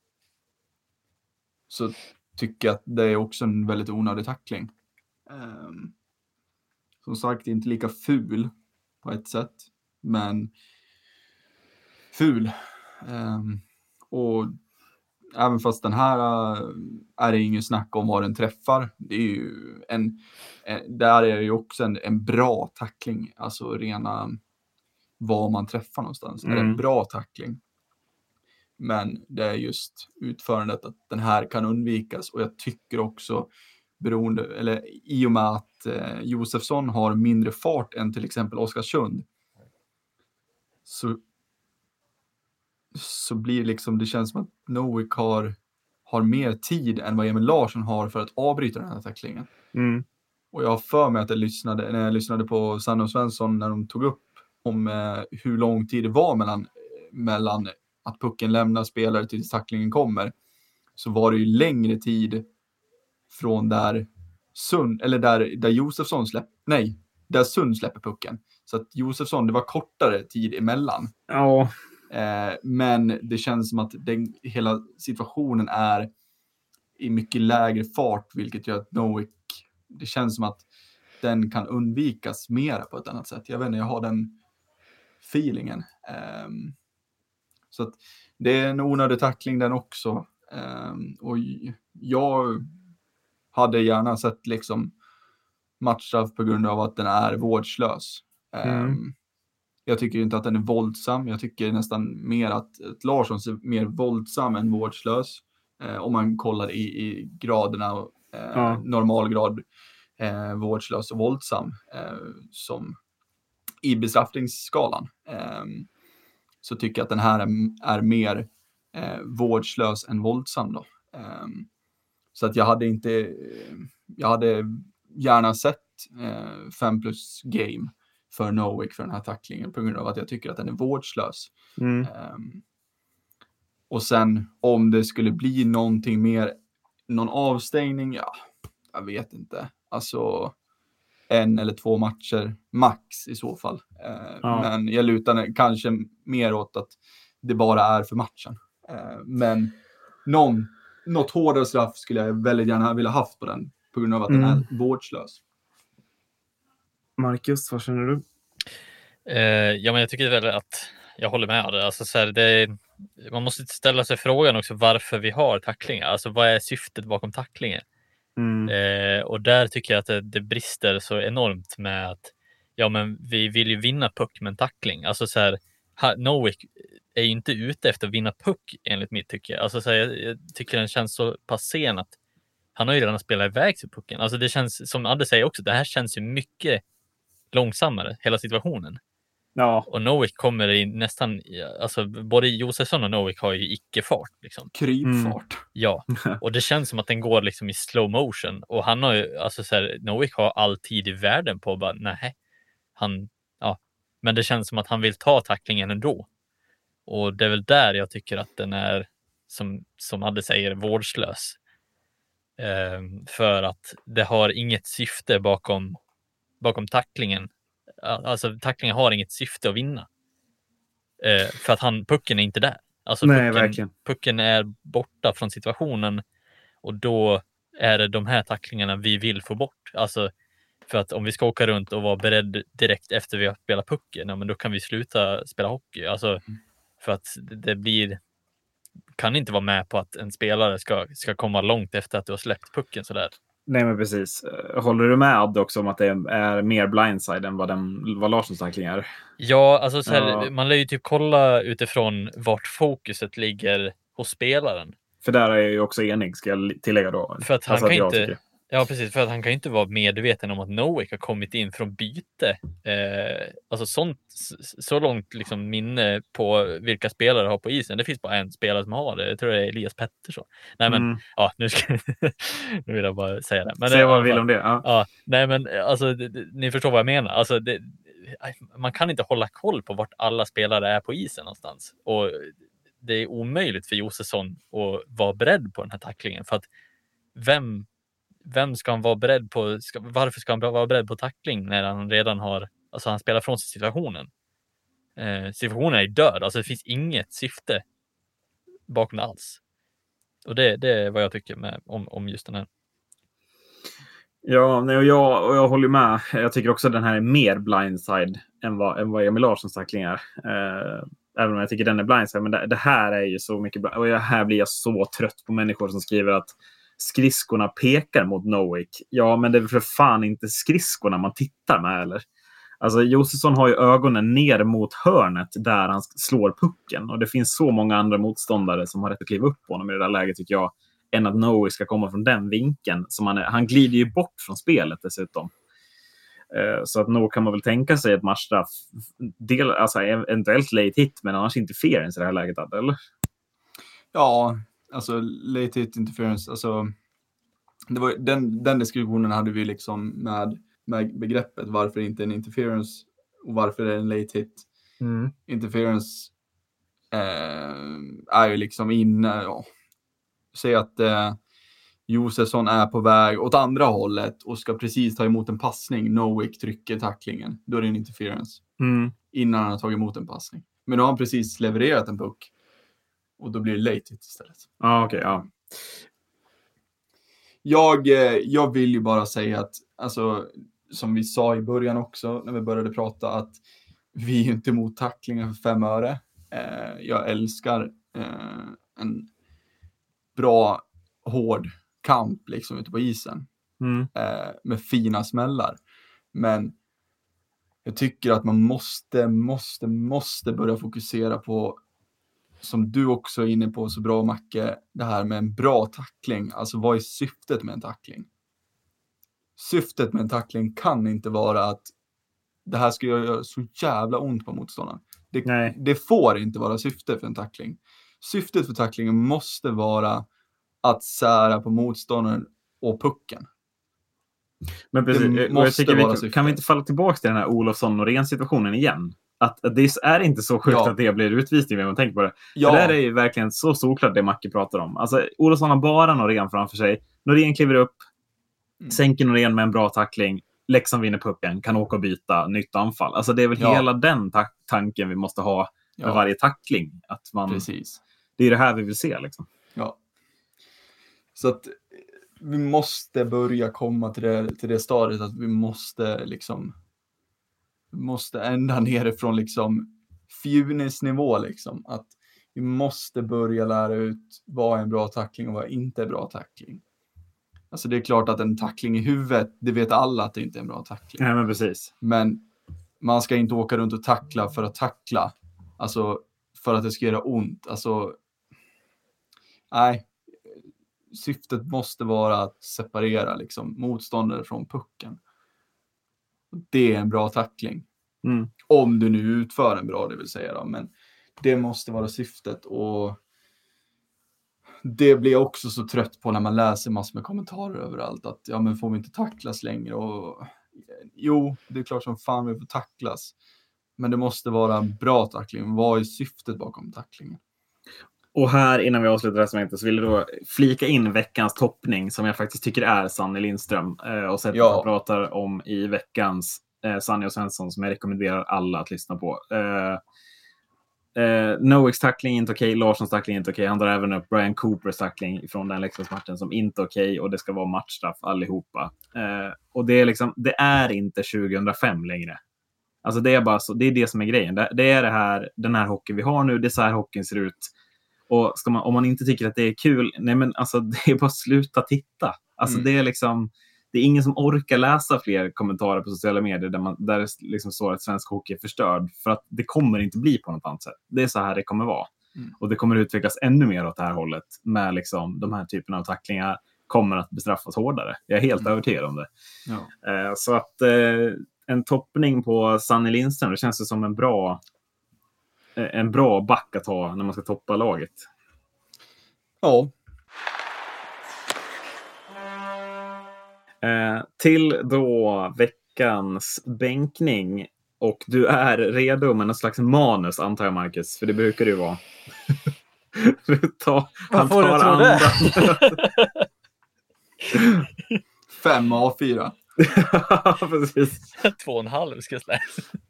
så tycker jag att det är också en väldigt onödig tackling. Eh, som sagt, inte lika ful på ett sätt, men ful. Eh, och även fast den här uh, är det ingen snack om vad den träffar. Det är ju en, en där är det ju också en, en bra tackling. Alltså rena var man träffar någonstans. Mm. Är det en bra tackling. Men det är just utförandet att den här kan undvikas. Och jag tycker också beroende, eller i och med att eh, Josefsson har mindre fart än till exempel Oskarsund. Så så blir liksom, det känns som att Nowick har, har mer tid än vad Emil Larsson har för att avbryta den här tacklingen. Mm. Och jag har för mig att jag lyssnade, när jag lyssnade på Sanne och Svensson när de tog upp om eh, hur lång tid det var mellan, mellan att pucken lämnar spelare tills tacklingen kommer, så var det ju längre tid från där Sund, eller där, där Josefsson släpp, nej, där Sund släpper pucken. Så att Josefsson, det var kortare tid emellan. Ja. Eh, men det känns som att den, hela situationen är i mycket lägre fart, vilket gör att Nowick, det känns som att den kan undvikas mer på ett annat sätt. Jag vet inte, jag har den feelingen. Eh, så att det är en onödig tackling den också. Eh, och jag hade gärna sett liksom matchstraff på grund av att den är vårdslös. Eh, Mm. Jag tycker inte att den är våldsam. Jag tycker nästan mer att, att Larsson är mer våldsam än vårdslös. Eh, om man kollar i, i graderna. Eh, ja. Normalgrad, eh, vårdslös och våldsam. Eh, som i bestraffningsskalan. Eh, så tycker jag att den här är, är mer eh, vårdslös än våldsam då. Eh, så att jag hade inte... Jag hade gärna sett eh, fem plus game för Nowick för den här tacklingen på grund av att jag tycker att den är vårdslös. Mm. Um, och sen om det skulle bli någonting mer, någon avstängning, ja, jag vet inte. Alltså en eller två matcher max i så fall. Uh, ja. Men jag lutar kanske mer åt att det bara är för matchen. Uh, men någon, något hårdare straff skulle jag väldigt gärna vilja haft på den på grund av att mm. den är vårdslös. Marcus, vad känner du? Eh, ja, men jag tycker väl att jag håller med det. Alltså, så här, det, man måste ställa sig frågan också varför vi har tacklingar. Alltså vad är syftet bakom tacklingen? Mm. Eh, och där tycker jag att det, det brister så enormt med att ja, men vi vill ju vinna puck med en tackling. Alltså så här, Nowick är ju inte ute efter att vinna puck enligt mitt tycke. Alltså så här, jag, jag tycker den känns så pass sen att han har ju redan spelat iväg till pucken. Alltså det känns, som Adde säger också, det här känns ju mycket långsammare, hela situationen. Ja. Och Nowick kommer i nästan, alltså både Josefsson och Nowick har ju icke-fart liksom. Krypfart. Mm. Ja, och det känns som att den går liksom i slow motion. Och han har ju, alltså så här, Nowick har all tid i världen på bara, nej, han, ja. Men det känns som att han vill ta tacklingen ändå. Och det är väl där jag tycker att den är, som, som Adde säger, vårdslös. Ehm, för att det har inget syfte bakom, bakom tacklingen. Alltså tacklingen har inget syfte att vinna. Eh, för att han, pucken är inte där. Alltså Nej, pucken, verkligen. pucken är borta från situationen. Och då är det de här tacklingarna vi vill få bort. Alltså för att om vi ska åka runt och vara beredd direkt efter vi har spelat pucken, ja, men då kan vi sluta spela hockey. Alltså för att det blir, kan inte vara med på att en spelare ska, ska komma långt efter att du har släppt pucken sådär. Nej, men precis. Håller du med Adde också om att det är mer blindside än vad, den, vad Larssons tackling är? Ja, alltså så här, ja. Man lär ju typ kolla utifrån vart fokuset ligger hos spelaren. För där är jag ju också enig, ska jag tillägga då. För att han alltså kan att inte, ja precis, för att han kan inte vara medveten om att Nowick har kommit in från byte. Eh, alltså sånt, så långt liksom minne på vilka spelare har på isen. Det finns bara en spelare som har det. Jag tror det är Elias Pettersson. Nej men, mm. ja, nu, ska, nu vill jag bara säga det. Men Säg det, vad du vill om det. Ja. Ja, nej men, alltså, det, det, ni förstår vad jag menar. Alltså, det, man kan inte hålla koll på vart alla spelare är på isen någonstans. Och det är omöjligt för Josefsson att vara beredd på den här tacklingen. För att vem, vem ska han vara beredd på? Ska, varför ska han vara beredd på tackling när han redan har, alltså han spelar från sig situationen? Eh, situationen är död, alltså det finns inget syfte bakom det alls. Och det, det är vad jag tycker med, om, om just den här. Ja, nej, och, jag, och jag håller med. Jag tycker också att den här är mer blindside än vad, än vad Emil Larssons tackling är. Eh, även om jag tycker den är blindside. Men det, det här är ju så mycket. Och här blir jag så trött på människor som skriver att skridskorna pekar mot Nowick. Ja, men det är för fan inte skridskorna man tittar med, eller? Alltså Josefsson har ju ögonen ner mot hörnet där han slår pucken. Och det finns så många andra motståndare som har rätt att kliva upp på honom i det där läget, tycker jag, än att Nowick ska komma från den vinkeln. Som han, är, han glider ju bort från spelet dessutom. Uh, så att nog kan man väl tänka sig ett matchstraff. Del, alltså eventuellt late hit, men annars interference i det här läget, eller? Ja, alltså late hit interference. Alltså, det var, den, den diskussionen hade vi liksom med, med begreppet. Varför inte en interference och varför är det en late hit? Mm. Interference eh, är ju liksom inne... Ja. Säg att eh, Josefsson är på väg åt andra hållet och ska precis ta emot en passning. Nowick trycker tacklingen. Då är det en interference. Mm. Innan han har tagit emot en passning. Men då har han precis levererat en puck. Och då blir det late hit istället. Ah, okej, okay, ja. Jag, eh, jag vill ju bara säga att, alltså, som vi sa i början också när vi började prata, att vi är inte emot tacklingar för fem öre. Eh, jag älskar eh, en bra, hård kamp liksom ute på isen. Mm. Eh, med fina smällar. Men jag tycker att man måste, måste, måste börja fokusera på, som du också är inne på så bra, Macke, det här med en bra tackling. Alltså vad är syftet med en tackling? Syftet med en tackling kan inte vara att det här ska göra så jävla ont på motståndaren. Det, Nej. det får inte vara syftet för en tackling. Syftet för tacklingen måste vara att sära på motståndaren och pucken. Men precis, Det och jag måste tycker vara vi, syftet. kan vi inte falla tillbaka till den här Olofsson-Norén-situationen igen? Att, att det är inte så sjukt Ja. att det blir utvisning när man tänker på det. Ja. För det här är ju verkligen så såklart det Macke pratar om. Alltså, Olofsson har bara Norén framför sig. Norén kliver upp, mm. sänker Norén med en bra tackling. Leksand vinner pucken, kan åka och byta, nytt anfall. Alltså det är väl Ja. hela den ta- tanken vi måste ha med Ja. varje tackling. Att man, Precis. det är det här vi vill se liksom. Ja. Så att vi måste börja komma till det, till det stadiet att vi måste liksom måste ända nerifrån liksom fjunisnivå liksom, att vi måste börja lära ut vad är en bra tackling och vad är inte en bra tackling. Alltså det är klart att en tackling i huvudet, det vet alla att det inte är en bra tackling. Ja, men precis. Men man ska inte åka runt och tackla för att tackla. Alltså för att det ska göra ont. Alltså nej. Syftet måste vara att separera liksom motståndare från pucken. Det är en bra tackling. Mm. Om du nu utför en bra, det vill säga då. Men det måste vara syftet. Och det blir jag också så trött på när man läser massor med kommentarer överallt. Att ja, men får vi inte tacklas längre? Och jo, det är klart som fan vi får tacklas. Men det måste vara en bra tackling. Vad är syftet bakom tacklingen? Och här, innan vi avslutar det här segmentet, så vill jag då flika in veckans toppning som jag faktiskt tycker är Sanny Lindström. Eh, och sättet Ja. han pratar om i veckans eh, Sanny och Svensson, som jag rekommenderar alla att lyssna på. Eh, eh, Nowicks tackling inte okej, okay, Larssons tackling inte okej. Okay. Han drar även upp Brian Coopers tackling från den Leksandsmatchen som inte okej, okay, och det ska vara matchstraff allihopa. Eh, och det är liksom, det är inte tjugohundrafem längre. Alltså det är bara så, det är det som är grejen. Det, det är det här, den här hockeyn vi har nu, det är så här hockeyn ser ut. Och ska man, om man inte tycker att det är kul, nej men alltså det är bara sluta titta. Alltså Mm. det är liksom, det är ingen som orkar läsa fler kommentarer på sociala medier där, man, där det liksom står att svensk hockey är förstörd. För att det kommer inte bli på något annat sätt. Det är så här det kommer vara. Mm. Och det kommer utvecklas ännu mer åt det här hållet. Med liksom de här typerna av tacklingar kommer att bestraffas hårdare. Jag är helt mm. övertygad om det. Ja. Eh, så att eh, en toppning på Sanny Lindström, det känns som en bra... en bra back att ha när man ska toppa laget. Ja. Eh, till då veckans bänkning. Och du är redo med någon slags manus, antar jag, Marcus. För det brukar du vara. Ta, han får tar du tro andra. Fem A fyra. Ja, precis. Två och en halv ska jag säga.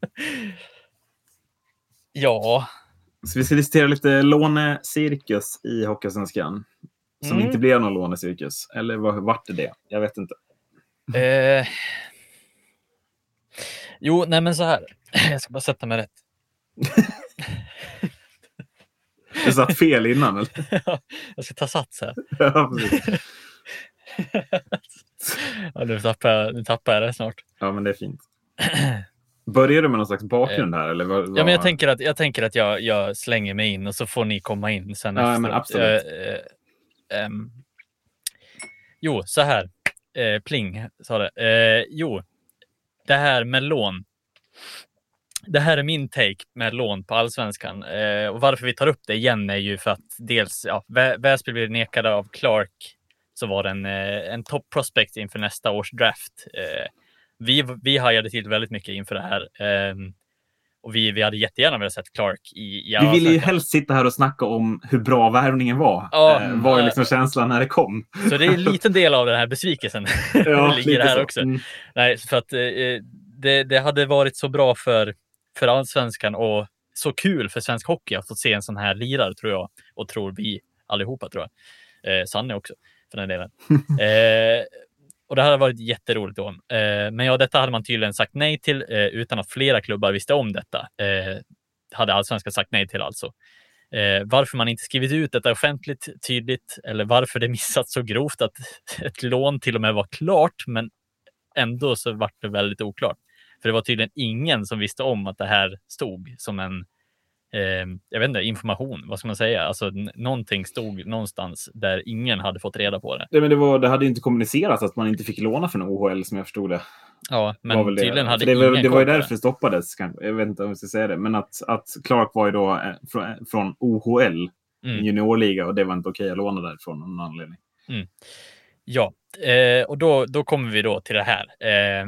Ja. Så vi ska diskutera lite lånecirkus i Hockeyallsvenskan. Som Mm. inte blev någon lånecirkus. Eller vad vart det det? Jag vet inte. Eh. Jo, nej men så här. Jag ska bara sätta mig rätt. Du satt fel innan, eller? Jag ska ta sats här. Ja, precis. Ja, nu tappar jag, nu tappar jag det snart. Ja, men det är fint. Börjar du med någon slags bakgrund här? Eller vad, vad... Ja, men jag tänker att, jag, tänker att jag, jag slänger mig in och så får ni komma in sen Ja, efteråt. men absolut. Eh, eh, um, jo, så här. Eh, pling, sa det. Eh, jo, det här med lån. Det här är min take med lån på Allsvenskan. Eh, och varför vi tar upp det igen är ju för att dels ja, Väsby blev nekade av Clark, så var det en, en top prospect inför nästa års draft. Eh, vi, vi hajade till väldigt mycket inför det här. Eh, och vi, vi hade jättegärna velat sett Clark i, i Vi ville ju helst sitta här och snacka om hur bra värvningen var. Ja, eh, var ju äh, liksom känslan när det kom. Så det är en liten del av den här besvikelsen. Ja, det ligger här så. också. Mm. Nej, för att eh, det, det hade varit så bra för, för Allsvenskan och så kul för svensk hockey att få se en sån här lirare, tror jag. Och tror vi allihopa, tror jag. Eh, Sanne också, för den delen. eh, och det hade varit jätteroligt då. Eh, men ja, detta hade man tydligen sagt nej till eh, utan att flera klubbar visste om detta. Eh, hade Allsvenskan sagt nej till alltså. Eh, varför man inte skrivit ut detta offentligt tydligt, eller varför det missats så grovt att ett lån till och med var klart, men ändå så var det väldigt oklart. För det var tydligen ingen som visste om att det här stod som en eh, jag vet inte, information, vad ska man säga? Alltså n- någonting stod någonstans där ingen hade fått reda på det. Nej, men det, var, det hade inte kommunicerats att man inte fick låna från O H L, som jag förstod det. Ja, men det. tydligen hade det, ingen var, det var ju koll på därför det stoppades. Jag vet inte om jag ska säga det. Men att, att Clark var ju då eh, från, från O H L, Mm. juniorliga, och det var inte okej att låna därifrån av någon anledning. Mm. Ja, eh, och då, då kommer vi då till det här. Eh,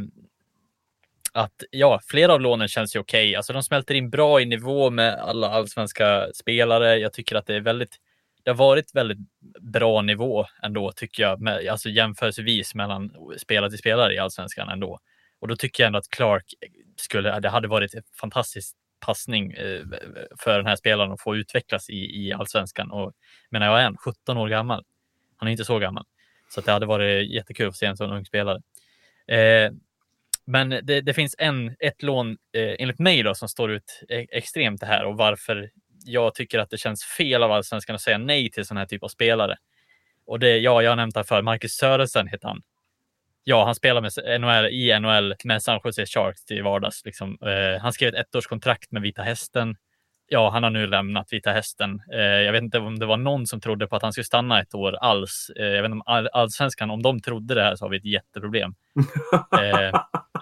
att ja, flera av lånen känns ju okej. Okay. Alltså de smälter in bra i nivå med alla allsvenska spelare. Jag tycker att det är väldigt, det har varit väldigt bra nivå ändå, tycker jag. Med, alltså jämförelsevis mellan spelare till spelare i allsvenskan ändå. Och då tycker jag ändå att Clark skulle, det hade varit en fantastisk passning eh, för den här spelaren att få utvecklas i, i allsvenskan. Och menar jag är en sjutton år gammal. Han är inte så gammal. Så att det hade varit jättekul att se en sån ung spelare. Eh, Men det, det finns en, ett lån eh, enligt mig då, som står ut e- extremt det här, och varför jag tycker att det känns fel av Allsvenskan att säga nej till sån här typ av spelare. Och det, ja, jag har nämnt det för Marcus Sörensen heter han. Ja, han spelar med N H L, i N H L med San Jose Sharks till vardags. Liksom. Eh, han skrev ett ettårskontrakt med Vita Hästen. Ja, han har nu lämnat Vita Hästen. Eh, jag vet inte om det var någon som trodde på att han skulle stanna ett år alls. Eh, jag vet inte om all, Allsvenskan, om de trodde det här, så har vi ett jätteproblem. Eh,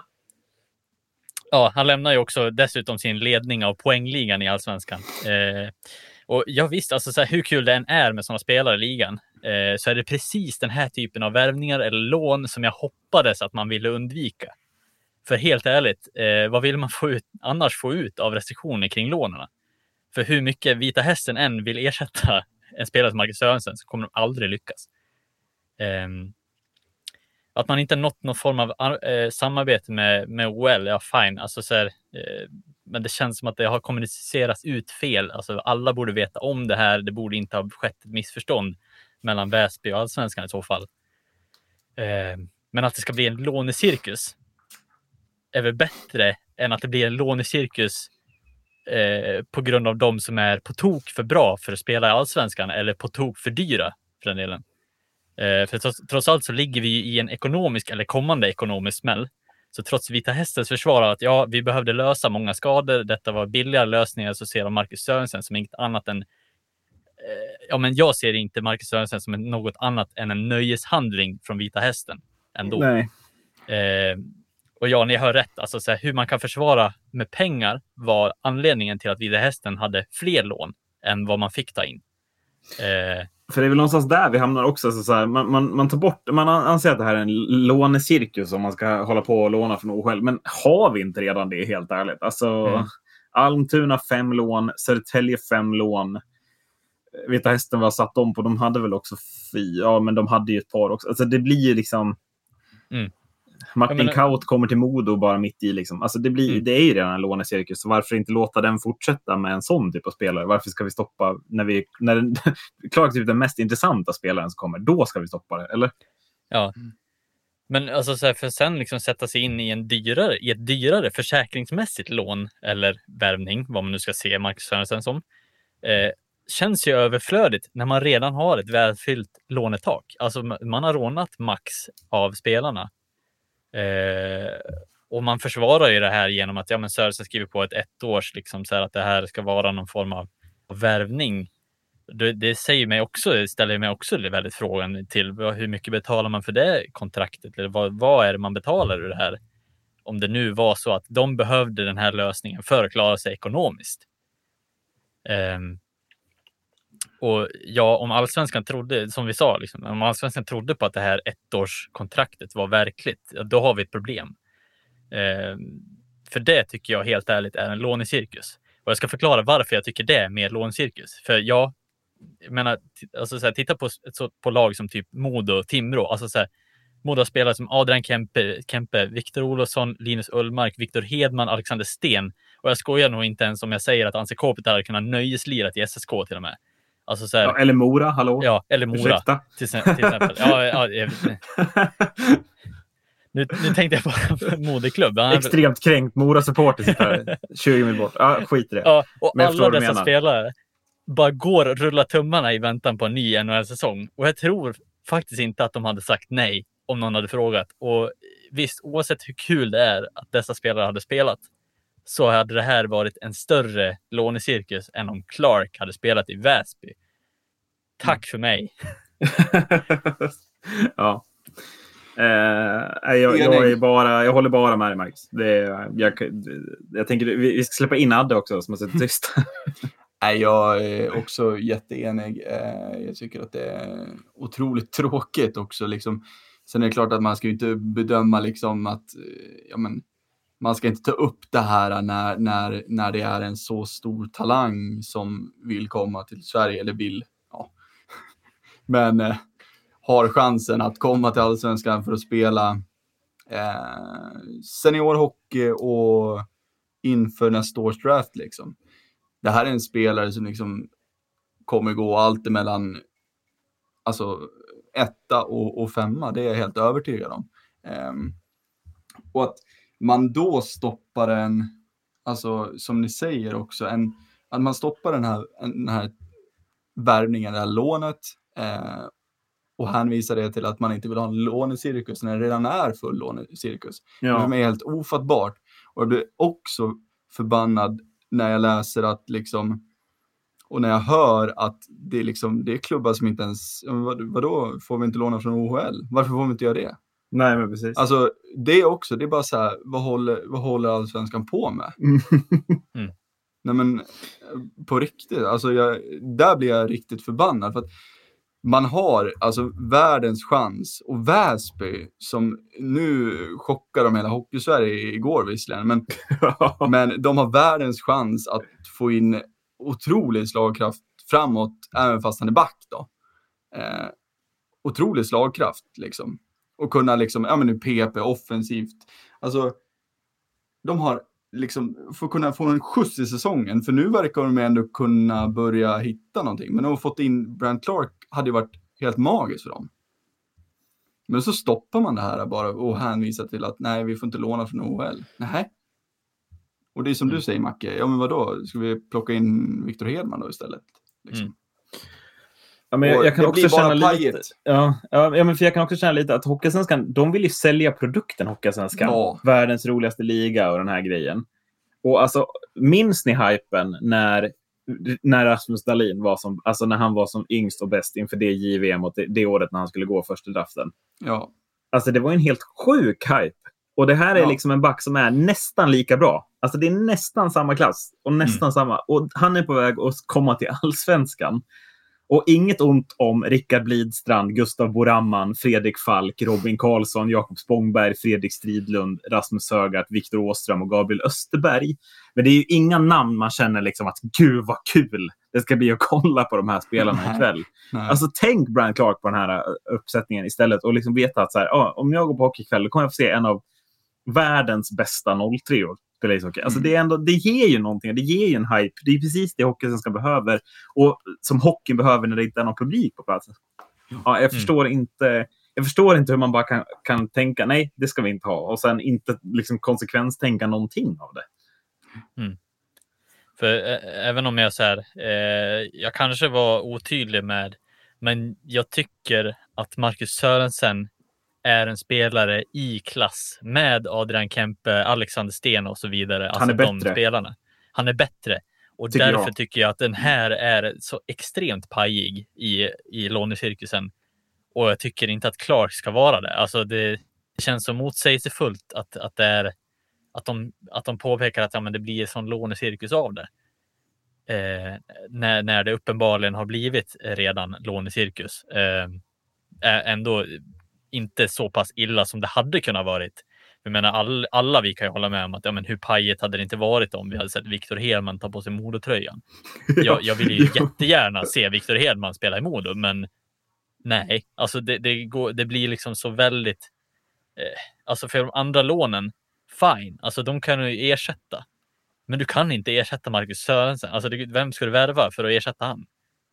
Ja, han lämnar ju också dessutom sin ledning av poängligan i Allsvenskan. Eh, och jag visst, alltså så här, hur kul det än är med sådana spelare i ligan, eh, så är det precis den här typen av värvningar eller lån som jag hoppades att man ville undvika. För helt ärligt, eh, vad vill man få ut, annars få ut av restriktioner kring lånerna? För hur mycket Vita Hästen än vill ersätta en spelare som Marcus Sörensen, så kommer de aldrig lyckas. Eh, Att man inte nått någon form av eh, samarbete med, med O L, ja fine. Alltså, så här, eh, men det känns som att det har kommunicerats ut fel. Alltså, alla borde veta om det här. Det borde inte ha skett ett missförstånd mellan Väsby och Allsvenskan i så fall. Eh, men att det ska bli en lånecirkus är väl bättre än att det blir en lånecirkus eh, på grund av de som är på tok för bra för att spela i Allsvenskan eller på tok för dyra för den delen. Eh, för trots, trots allt så ligger vi i en ekonomisk eller kommande ekonomisk smäll. Så trots Vita Hästens försvar att ja, vi behövde lösa många skador, detta var billiga lösningar, så ser de Marcus Sörensen som inget annat än eh, ja, men jag ser inte Marcus Sörensen som något annat än en nöjeshandling från Vita Hästen ändå. Nej. Eh, och ja, ni hör rätt, alltså så här, hur man kan försvara med pengar var anledningen till att Vita Hästen hade fler lån än vad man fick ta in. Eh, För det är väl någonstans där vi hamnar också. Så, så här, man, man, man tar bort, man anser att det här är en lånecirkus om man ska hålla på och låna från O H L. Men har vi inte redan det, helt ärligt? Alltså, mm. Almtuna fem lån, Södertälje fem lån. Vita Hästen var satt om på, de hade väl också fyra, ja men de hade ju ett par också. Alltså det blir ju liksom... Mm. Martin menar... Kaut kommer till Modo bara mitt i liksom. Alltså det, blir, mm. det är ju redan en lånecirkus, så varför inte låta den fortsätta med en sån typ av spelare? Varför ska vi stoppa när vi när den, klart typ den mest intressanta spelaren som kommer, då ska vi stoppa det, eller? Ja. Men alltså så här, för sen liksom sätta sig in i en dyrare i ett dyrare försäkringsmässigt lån eller värvning, vad man nu ska se Marcus Sörensen som. Eh, känns ju överflödigt när man redan har ett välfyllt lånetak. Alltså man har rånat max av spelarna. Eh, och man försvarar ju det här genom att ja, men Sörensen skriver på ett ettårs liksom så här, att det här ska vara någon form av värvning. Det, det säger mig också, ställer mig också väldigt frågan till hur mycket betalar man för det kontraktet, eller vad, vad är det man betalar ur det här, om det nu var så att de behövde den här lösningen för att klara sig ekonomiskt. Um, och ja, om Allsvenskan trodde, som vi sa, liksom, om Allsvenskan trodde på att det här ettårskontraktet var verkligt, då har vi ett problem. Um, för det tycker jag helt ärligt är en lånecirkus. Och jag ska förklara varför jag tycker det är mer lånecirkus. För ja, jag menar, alltså så här, titta på, så, på lag som typ Modo och Timrå. Alltså så här, Modo spelare som Adrian Kempe, Kempe, Viktor Olofsson, Linus Ullmark, Viktor Hedman, Alexander Sten. Och jag skojar nog inte ens om jag säger att Anse Kopitar hade kunnat nöjeslirat i S S K till och med. Alltså så här, ja, eller Mora, hallå? Ja, eller Mora. Till, till exempel. Ja, ja, jag vet inte. Nu, nu tänkte jag på modeklubb. Extremt kränkt Mora-supporter sitter tjugo mil bort. Ja, skit i det. Ja, och men alla dessa spelare bara går och rullar tummarna i väntan på en ny N H L-säsong. Och jag tror faktiskt inte att de hade sagt nej om någon hade frågat. Och visst, oavsett hur kul det är att dessa spelare hade spelat, så hade det här varit en större lånecirkus än om Clark hade spelat i Väsby. Tack mm. för mig. Ja. Uh, jag, jag, är bara, jag håller bara med dig, Marcus. Det är, jag, jag tänker vi, vi ska släppa in Adde också som har sett tyst. Nej, jag är också jätteenig. Jag tycker att det är otroligt tråkigt också. Liksom. Sen är det klart att man ska ju inte bedöma liksom att ja, men, man ska inte ta upp det här när, när, när det är en så stor talang som vill komma till Sverige. Eller vill, ja. Men eh, har chansen att komma till Allsvenskan för att spela eh, seniorhockey och inför nästa års draft liksom. Det här är en spelare som liksom kommer gå allt emellan alltså etta och, och femma, det är jag helt övertygad om. Um, och att man då stoppar en, alltså som ni säger också, en, att man stoppar den här, den här värvningen, det här lånet eh, och hänvisar det till att man inte vill ha en lånecirkus när det redan är full lånecirkus. Ja. Det är helt ofattbart. Och jag blir också förbannad när jag läser att liksom, och när jag hör att det är liksom, det är klubbar som inte ens, vad, vadå, får vi inte låna från O H L? Varför får vi inte göra det? Nej, men precis. Alltså, det är också, det är bara så här, vad håller, vad håller Allsvenskan på med? Mm. Nej, men på riktigt, alltså jag, där blir jag riktigt förbannad för att man har alltså världens chans, och Väsby som nu chockar de hela Hockeysverige igår visserligen, men, men de har världens chans att få in otrolig slagkraft framåt även fast han är back då. Eh, otrolig slagkraft liksom. Och kunna liksom, ja men nu P P offensivt. Alltså de har liksom, för att kunna få en skjuts i säsongen, för nu verkar de ändå kunna börja hitta någonting. Men de har fått in Brandt Clark, hade ju varit helt magiskt för dem. Men så stoppar man det här bara och hänvisar till att nej, vi får inte låna från O H L. Nej. Och det är som mm. du säger, Macke, ja men vadå, ska vi plocka in Viktor Hedman då istället? Liksom. Mm. Ja, men jag, jag kan också känna lite, ja, ja, men för jag kan också känna lite att Hockeysvenskan, de vill ju sälja produkten Hockeysvenskan, ja. Världens roligaste liga och den här grejen. Och alltså, minns ni hypen när, när Rasmus Dahlin var som, alltså när han var som yngst och bäst inför det J V M och det, det året när han skulle gå första draften? Ja. Alltså det var en helt sjuk hype. Och det här är ja. liksom en back som är nästan lika bra. Alltså det är nästan samma klass och nästan mm. samma. Och han är på väg att komma till Allsvenskan. Och inget ont om Rickard Blidstrand, Gustav Boramman, Fredrik Falk, Robin Karlsson, Jakob Spångberg, Fredrik Stridlund, Rasmus Sögaert, Viktor Åström och Gabriel Österberg. Men det är ju inga namn man känner liksom att gud vad kul det ska bli att kolla på de här spelarna ikväll. Nej. Alltså tänk Brian Clark på den här uppsättningen istället och liksom veta att så här, ah, om jag går på hockey ikväll då kommer jag få se en av världens bästa noll tre-or. Mm. Alltså det, är ändå, det ger ju någonting, det ger ju en hype. Det är precis det hockeyn ska behöver och som hockeyn behöver när det inte är någon publik på platsen. Ja, jag förstår mm. inte jag förstår inte hur man bara kan, kan tänka nej, det ska vi inte ha och sen inte liksom konsekvenstänka någonting av det. Mm. För äh, även om jag så här, eh, jag kanske var otydlig med, men jag tycker att Marcus Sörensen är en spelare i klass med Adrian Kempe, Alexander Sten och så vidare. Han är alltså bättre. De spelarna. Han är bättre. Och tycker därför jag. tycker jag att den här är så extremt pajig i, i lånecirkusen. Och jag tycker inte att Clark ska vara det. Alltså det, det känns så motsägelsefullt att, att, det är, att, de, att de påpekar att ja, men det blir en sån lånecirkus av det. Eh, när, när det uppenbarligen har blivit redan lånecirkus. Eh, ändå inte så pass illa som det hade kunnat varit. Jag menar, all, alla vi kan ju hålla med om att ja, men hur pajet hade det inte varit om vi hade sett Victor Hedman ta på sig Modotröjan. Jag, jag vill ju jättegärna se Victor Hedman spela i Modo, men nej, alltså det, det, går, det blir liksom så väldigt eh, alltså för de andra lånen, fine, alltså de kan ju ersätta. Men du kan inte ersätta Marcus Sörensen. Alltså det, vem ska du värva för att ersätta han?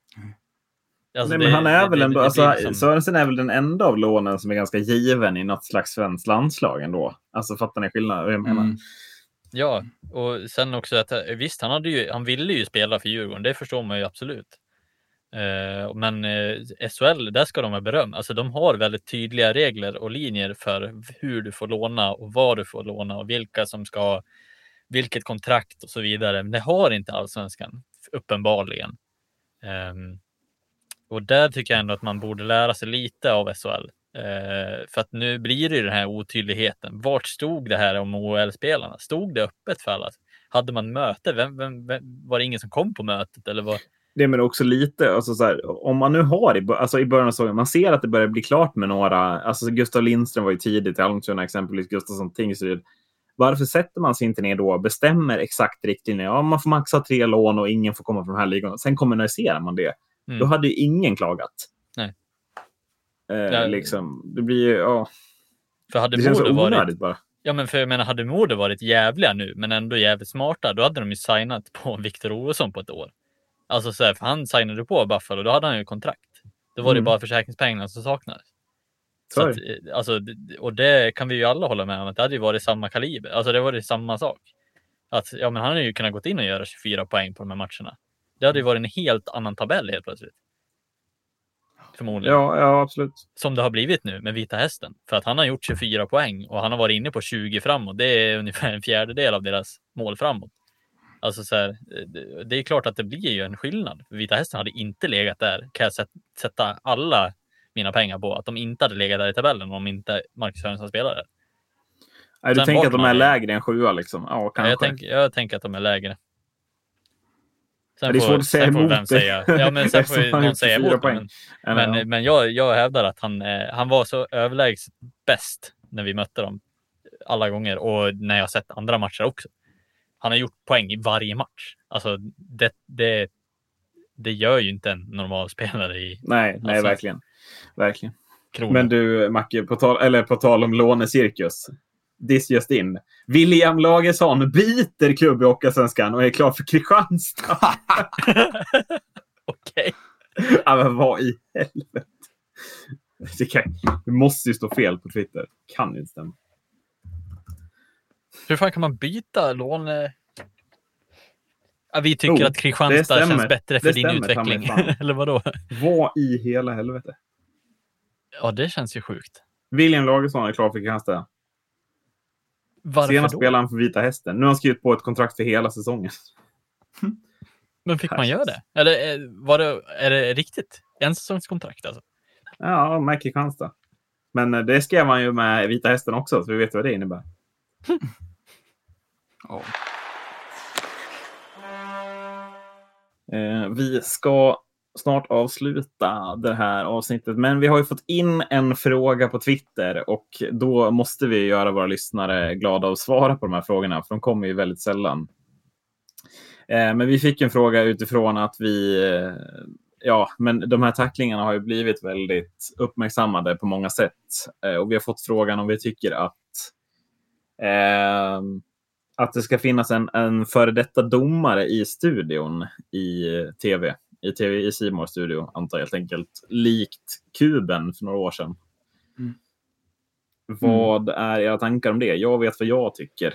Alltså Nej, det, men han är det, väl ändå, det, det alltså, liksom... Sörensen är väl den enda av lånen som är ganska given i något slags svensk landslag ändå. Alltså fattar ni skillnad? Jag menar. Mm. Ja, och sen också att visst, han, hade ju, han ville ju spela för Djurgården, det förstår man ju absolut. Uh, men uh, S H L, där ska de ha beröm. Alltså de har väldigt tydliga regler och linjer för hur du får låna och vad du får låna och vilka som ska, vilket kontrakt och så vidare. Men det har inte Allsvenskan, uppenbarligen. Um, Och där tycker jag ändå att man borde lära sig lite av S H L. Eh, för att nu blir det ju den här otydligheten. Vart stod det här om O L-spelarna? Stod det öppet för alla? Hade man möte? Vem, vem, vem, var det ingen som kom på mötet? Eller vad? Det men också lite, alltså så här, om man nu har i, alltså i början av säsongen, man ser att det börjar bli klart med några, alltså Gustav Lindström var ju tidigt i Almtuna exempelvis, Gustafsson Tingsryd. Varför sätter man sig inte ner då och bestämmer exakt riktlinjer? Ja, man får maxa tre lån och ingen får komma från de här ligorna. Sen kommunaliserar man det. Mm. Då hade ju ingen klagat. Nej. Eh, ja, liksom, det blir ju, ja. För hade det känns Modo så onödigt varit, bara. Ja, men för jag menar, hade Modo varit jävliga nu, men ändå jävligt smarta, då hade de ju signat på Victor Olsson på ett år. Alltså så här, för han signade på Buffalo, då hade han ju kontrakt. Då var det mm. bara försäkringspengarna som saknades. Så att, alltså, och det kan vi ju alla hålla med om, att det hade ju varit samma kaliber. Alltså det var det samma sak. Att, ja, men han hade ju kunnat gått in och göra tjugofyra poäng på de här matcherna. Det hade ju varit en helt annan tabell helt plötsligt. Förmodligen. Ja, ja, absolut. Som det har blivit nu med Vita Hästen. För att han har gjort tjugofyra poäng och han har varit inne på tjugo framåt. Det är ungefär en fjärdedel av deras mål framåt. Alltså så här, det är klart att det blir ju en skillnad. Vita Hästen hade inte legat där. Kan jag sätta alla mina pengar på att de inte hade legat där i tabellen om inte Marcus Sörensen spelade. Nej, du tänker att de är lägre än sjua liksom? Ja, kanske. Ja, jag, tänk, jag tänker att de är lägre. Sen det är svårt att säga emot vem säga. Ja, men sen får någon säga emot. Men, men, ja. men jag, jag hävdar att han, han var så överlägset bäst när vi mötte dem alla gånger. Och när jag sett andra matcher också. Han har gjort poäng i varje match. Alltså det, det, det gör ju inte en normal spelare i... Nej, nej alltså, verkligen. Verkligen. Kronor. Men du, Macke, på tal, eller på tal om lånecirkus. This just in. William Lagesson byter klubb i Hockeyallsvenskan och är klar för Kristianstad. Okej. Okay. Ja, men vad i helvete? Det, kan, det måste ju stå fel på Twitter. Kan inte stämma. Hur fan kan man byta låne? Ja, vi tycker oh, att Kristianstad känns bättre för det din utveckling. Eller vadå? Vad i hela helvete? Ja, det känns ju sjukt. William Lagesson är klar för Kristianstad. Varför Senast då? spelade han för Vita Hästen. Nu har han skrivit på ett kontrakt för hela säsongen. Men fick man göra det? Eller var det, är det riktigt? En säsongskontrakt alltså? Ja, med Kristianstad. Men det skrev han ju med Vita Hästen också, så vi vet vad det innebär. oh. eh, vi ska snart avsluta det här avsnittet. Men vi har ju fått in en fråga på Twitter och då måste vi göra våra lyssnare glada och svara på de här frågorna, för de kommer ju väldigt sällan. Eh, men vi fick en fråga utifrån att vi... Eh, ja, men de här tacklingarna har ju blivit väldigt uppmärksammade på många sätt. Eh, och vi har fått frågan om vi tycker att eh, att det ska finnas en, en före detta domare i studion i tv. I tv i C More studio, antar jag helt enkelt. Likt Kuben för några år sedan. Mm. Vad är era tankar om det? Jag vet vad jag tycker.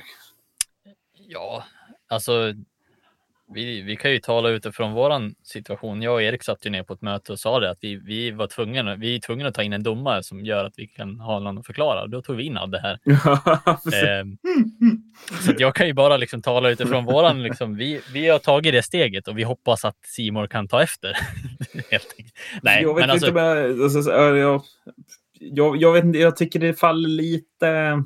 Ja, alltså vi, vi kan ju tala utifrån våran situation. Jag och Erik satt ju ner på ett möte och sa det att vi, vi var tvungna, vi är tvungna att ta in en domare som gör att vi kan ha någon att förklara. Då tog vi in av det här. eh, så att jag kan ju bara liksom tala utifrån våran, liksom, vi, vi har tagit det steget och vi hoppas att C More kan ta efter. Helt enkelt. Nej, jag vet men alltså, inte, men, alltså, jag, jag, jag vet inte, jag tycker det faller lite...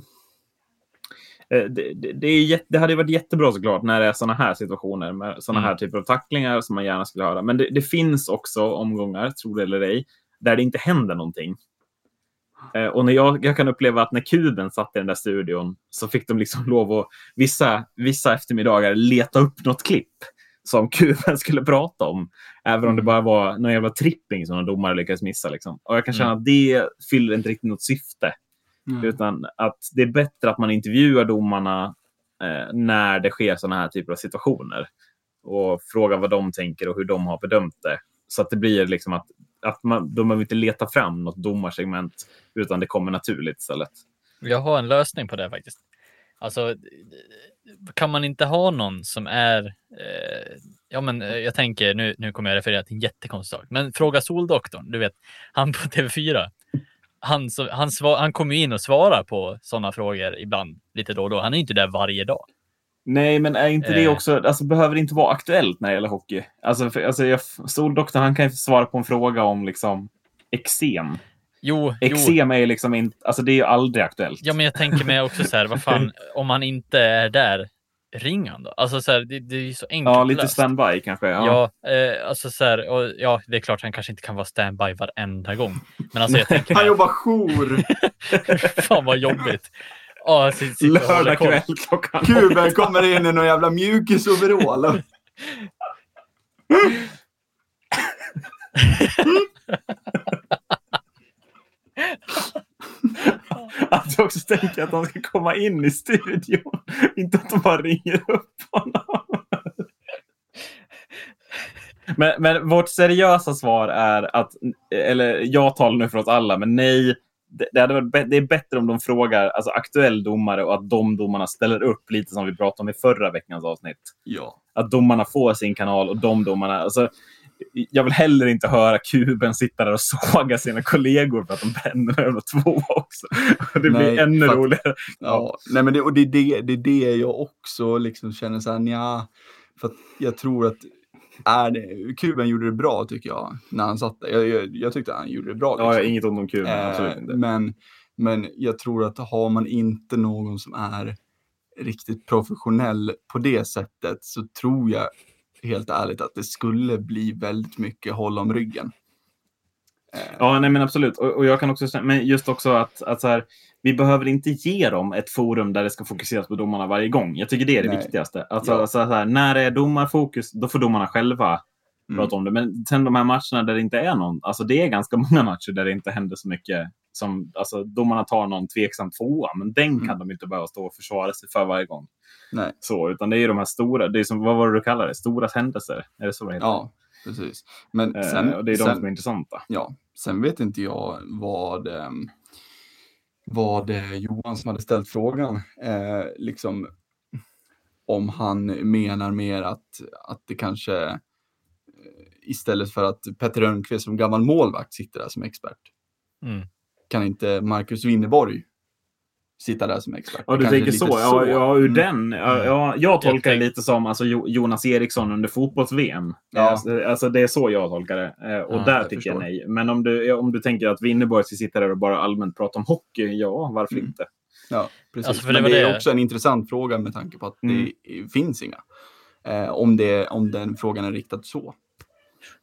Det, det, det, är jätte, det hade varit jättebra såklart när det är såna här situationer med såna här mm. typer av tacklingar som man gärna skulle höra. Men det, det finns också omgångar, tror det eller ej, där det inte händer någonting. Eh, och när jag, jag kan uppleva att när Kuben satt i den där studion så fick de liksom lov att vissa, vissa eftermiddagar leta upp något klipp som Kuben skulle prata om. Även om mm. det bara var någon jävla tripping som en domare lyckades missa. Liksom. Och jag kan känna mm. att det fyller inte riktigt något syfte. Mm. Utan att det är bättre att man intervjuar domarna eh, när det sker såna här typer av situationer. Och frågar vad de tänker och hur de har bedömt det. Så att det blir liksom att, att man, de behöver inte leta fram något domarsegment utan det kommer naturligt istället. Jag har en lösning på det faktiskt. Alltså, kan man inte ha någon som är... Eh, ja, men jag tänker, nu, nu kommer jag referera till en jättekonstig sak. Men fråga Soldoktorn, du vet, han på T V fyra. Han, så, han, svar, han kommer in och svarar på sådana frågor ibland, lite då och då. Han är inte där varje dag. Nej, men är inte det eh. också... Alltså, behöver det inte vara aktuellt när det gäller hockey? Alltså, för, alltså jag, Soldoktorn, han kan ju svara på en fråga om liksom eksem. Jo, Eksem jo. är liksom inte... Alltså, det är ju aldrig aktuellt. Ja, men jag tänker mig också så här, vad fan, om han inte är där, ring han då. Alltså så här, det, det är ju så enkelt. Ja, lite löst. Standby kanske. Ja, ja eh, alltså så här, och, ja, det är klart han kanske inte kan vara standby varenda gång. Men alltså jag tänker... han jobbar jour! Fan vad jobbigt. Oh, lördag kväll klockan Kuben kommer in i någon jävla mjukisoverall. Att jag också tänker att de ska komma in i studion. Inte att de bara ringer upp honom. Men, men vårt seriösa svar är att, eller jag talar nu för oss alla, men nej, det, det, hade varit, det är bättre om de frågar alltså aktuell domare och att de domarna ställer upp lite som vi pratade om i förra veckans avsnitt. Ja. Att domarna får sin kanal och de domarna, alltså jag vill heller inte höra Kuben sitta där och såga sina kollegor för att de bränner över två också. Det blir nej, ännu att, roligare. Ja, nej men det, och det är det, det är det jag också liksom känner så här, nja, för att jag tror att är det, Kuben gjorde det bra tycker jag när han satt där. Jag, jag, jag tyckte han gjorde det bra. Liksom. Ja, inget ont om Kuben, eh, absolut inte. Men, men jag tror att har man inte någon som är riktigt professionell på det sättet så tror jag helt ärligt att det skulle bli väldigt mycket håll om ryggen. Ja, nej men absolut. Och, och jag kan också men just också att, att så här, vi behöver inte ge dem ett forum där det ska fokuseras på domarna varje gång. Jag tycker det är det nej. viktigaste. Alltså, ja. alltså, så här, när det är domarfokus, då får domarna själva mm. prata om det. Men sen de här matcherna där det inte är någon, alltså det är ganska många matcher där det inte händer så mycket. Som, alltså domarna tar någon tveksam tvåa, men den mm. kan de inte behöva stå och försvara sig för varje gång. Nej. Så, utan det är ju de här stora, det är som, vad var det du kallar det? Stora händelser, är det så det heter? Ja, precis. Men sen, eh, och det är de sen, som är intressanta. Ja, sen vet inte jag vad, eh, vad eh, Johan som hade ställt frågan, eh, liksom om han menar mer att, att det kanske eh, istället för att Petter Rönnqvist som gammal målvakt sitter där som expert. Mm. Kan inte Marcus Winneborg sitta där som expert? Ja, du kanske tänker så. så. Ja, ja, ur mm. den. Ja, ja, jag tolkar jag tänk... det lite som alltså, Jonas Eriksson under fotbolls-V M. Ja. Alltså, alltså, det är så jag tolkar det. Och ja, där jag tycker förstår. jag nej. Men om du, om du tänker att Winneborg ska sitta där och bara allmänt prata om hockey, ja, varför mm. inte? Ja, precis. Alltså, för Men det, det är det... också en intressant fråga med tanke på att mm. det finns inga. Eh, om, det, om den frågan är riktad så.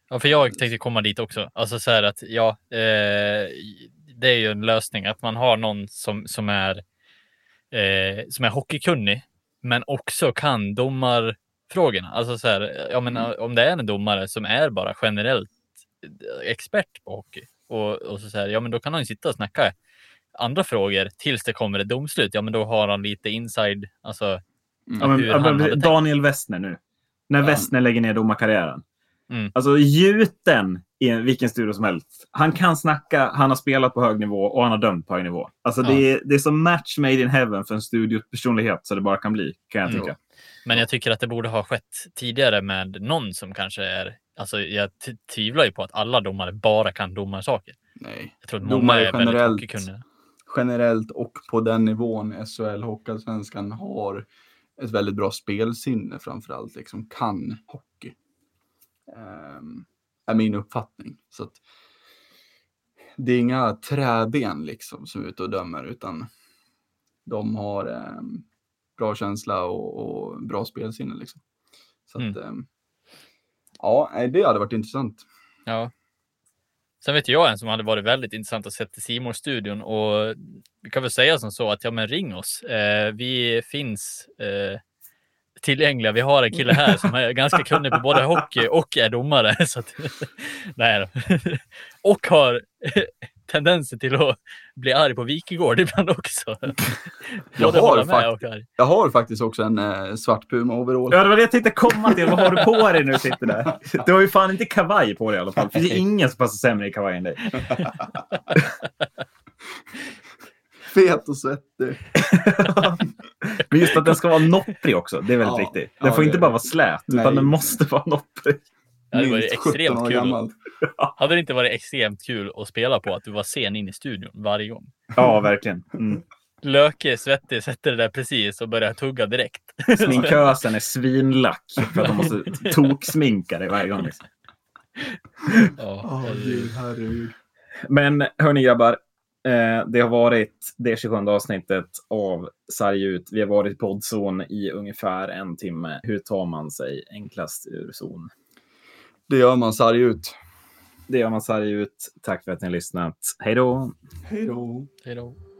Ja, för jag tänkte komma dit också. Alltså så här att, ja, eh, det är ju en lösning att man har någon som, som är eh, som är hockeykunnig, men också kan domarfrågorna. Alltså så här, ja, men mm. om det är en domare som är bara generellt expert på hockey och, och så, så här, ja, men då kan han ju sitta och snacka andra frågor tills det kommer ett domslut. Ja, men då har han lite inside, alltså mm. ja, men, hur han men, Daniel Westner nu. När ja. Westner lägger ner domarkarriären. Mm. Alltså gjuten i vilken studio som helst. Han kan snacka, han har spelat på hög nivå och han har dömt på hög nivå. Alltså ja. det, är, det är som match made in heaven för en studiopersonlighet så det bara kan bli, kan jag tycka. Mm. Men jag tycker att det borde ha skett tidigare med någon som kanske är, alltså jag t- tvivlar ju på att alla domare bara kan domarsaker. Nej. Jag tror att många är väldigt hockeykunniga. Generellt och på den nivån S H L Hockeyallsvenskan har ett väldigt bra spelsinne framförallt, liksom kan hockey. Um, är min uppfattning. Så att det är inga träben liksom som är ute och dömer, utan de har um, bra känsla och, och bra spelsinne liksom. Så att, mm. um, ja, det hade varit intressant. Ja. Sen vet jag en som hade varit väldigt intressant att se till C More-studion, och vi kan väl säga som så att ja, men ring oss. Eh, vi finns eh, tillgängliga. Vi har en kille här som är ganska kunnig på både hockey och är domare. Så att, nej då. Och har tendenser till att bli arg på Wikegård ibland också. Jag har, fakt- jag har faktiskt också en eh, svart Puma-overall. Ja, det var det jag tänkte komma till. Vad har du på dig när du sitter där? Du har ju fan inte kavaj på dig i alla fall. För det är ingen som passar sämre i kavaj än dig. Fet och svettig. Men just att den ska vara nopprig också. Det är väldigt ja, viktigt. Den ja, får inte bara vara slät, nej, utan den måste vara nopprig. Ja, det var extremt kul. Hade det inte varit extremt kul att spela på att du var sen in i studion varje gång? Ja, verkligen. Mm. Löke, svettig, sätter det där precis och börjar tugga direkt. Sminkösen är svinlack för att de måste toksminka dig varje gång. Liksom. Ja, oh, Gud, herregud. Men hörni grabbar, eh, det har varit det tjugosjunde avsnittet av Sarg ut. Vi har varit i poddzon i ungefär en timme. Hur tar man sig enklast ur zon? Det gör man sarg ut. Det gör man sarg ut. Tack för att ni har lyssnat. Hej då! Hej då! Hej då!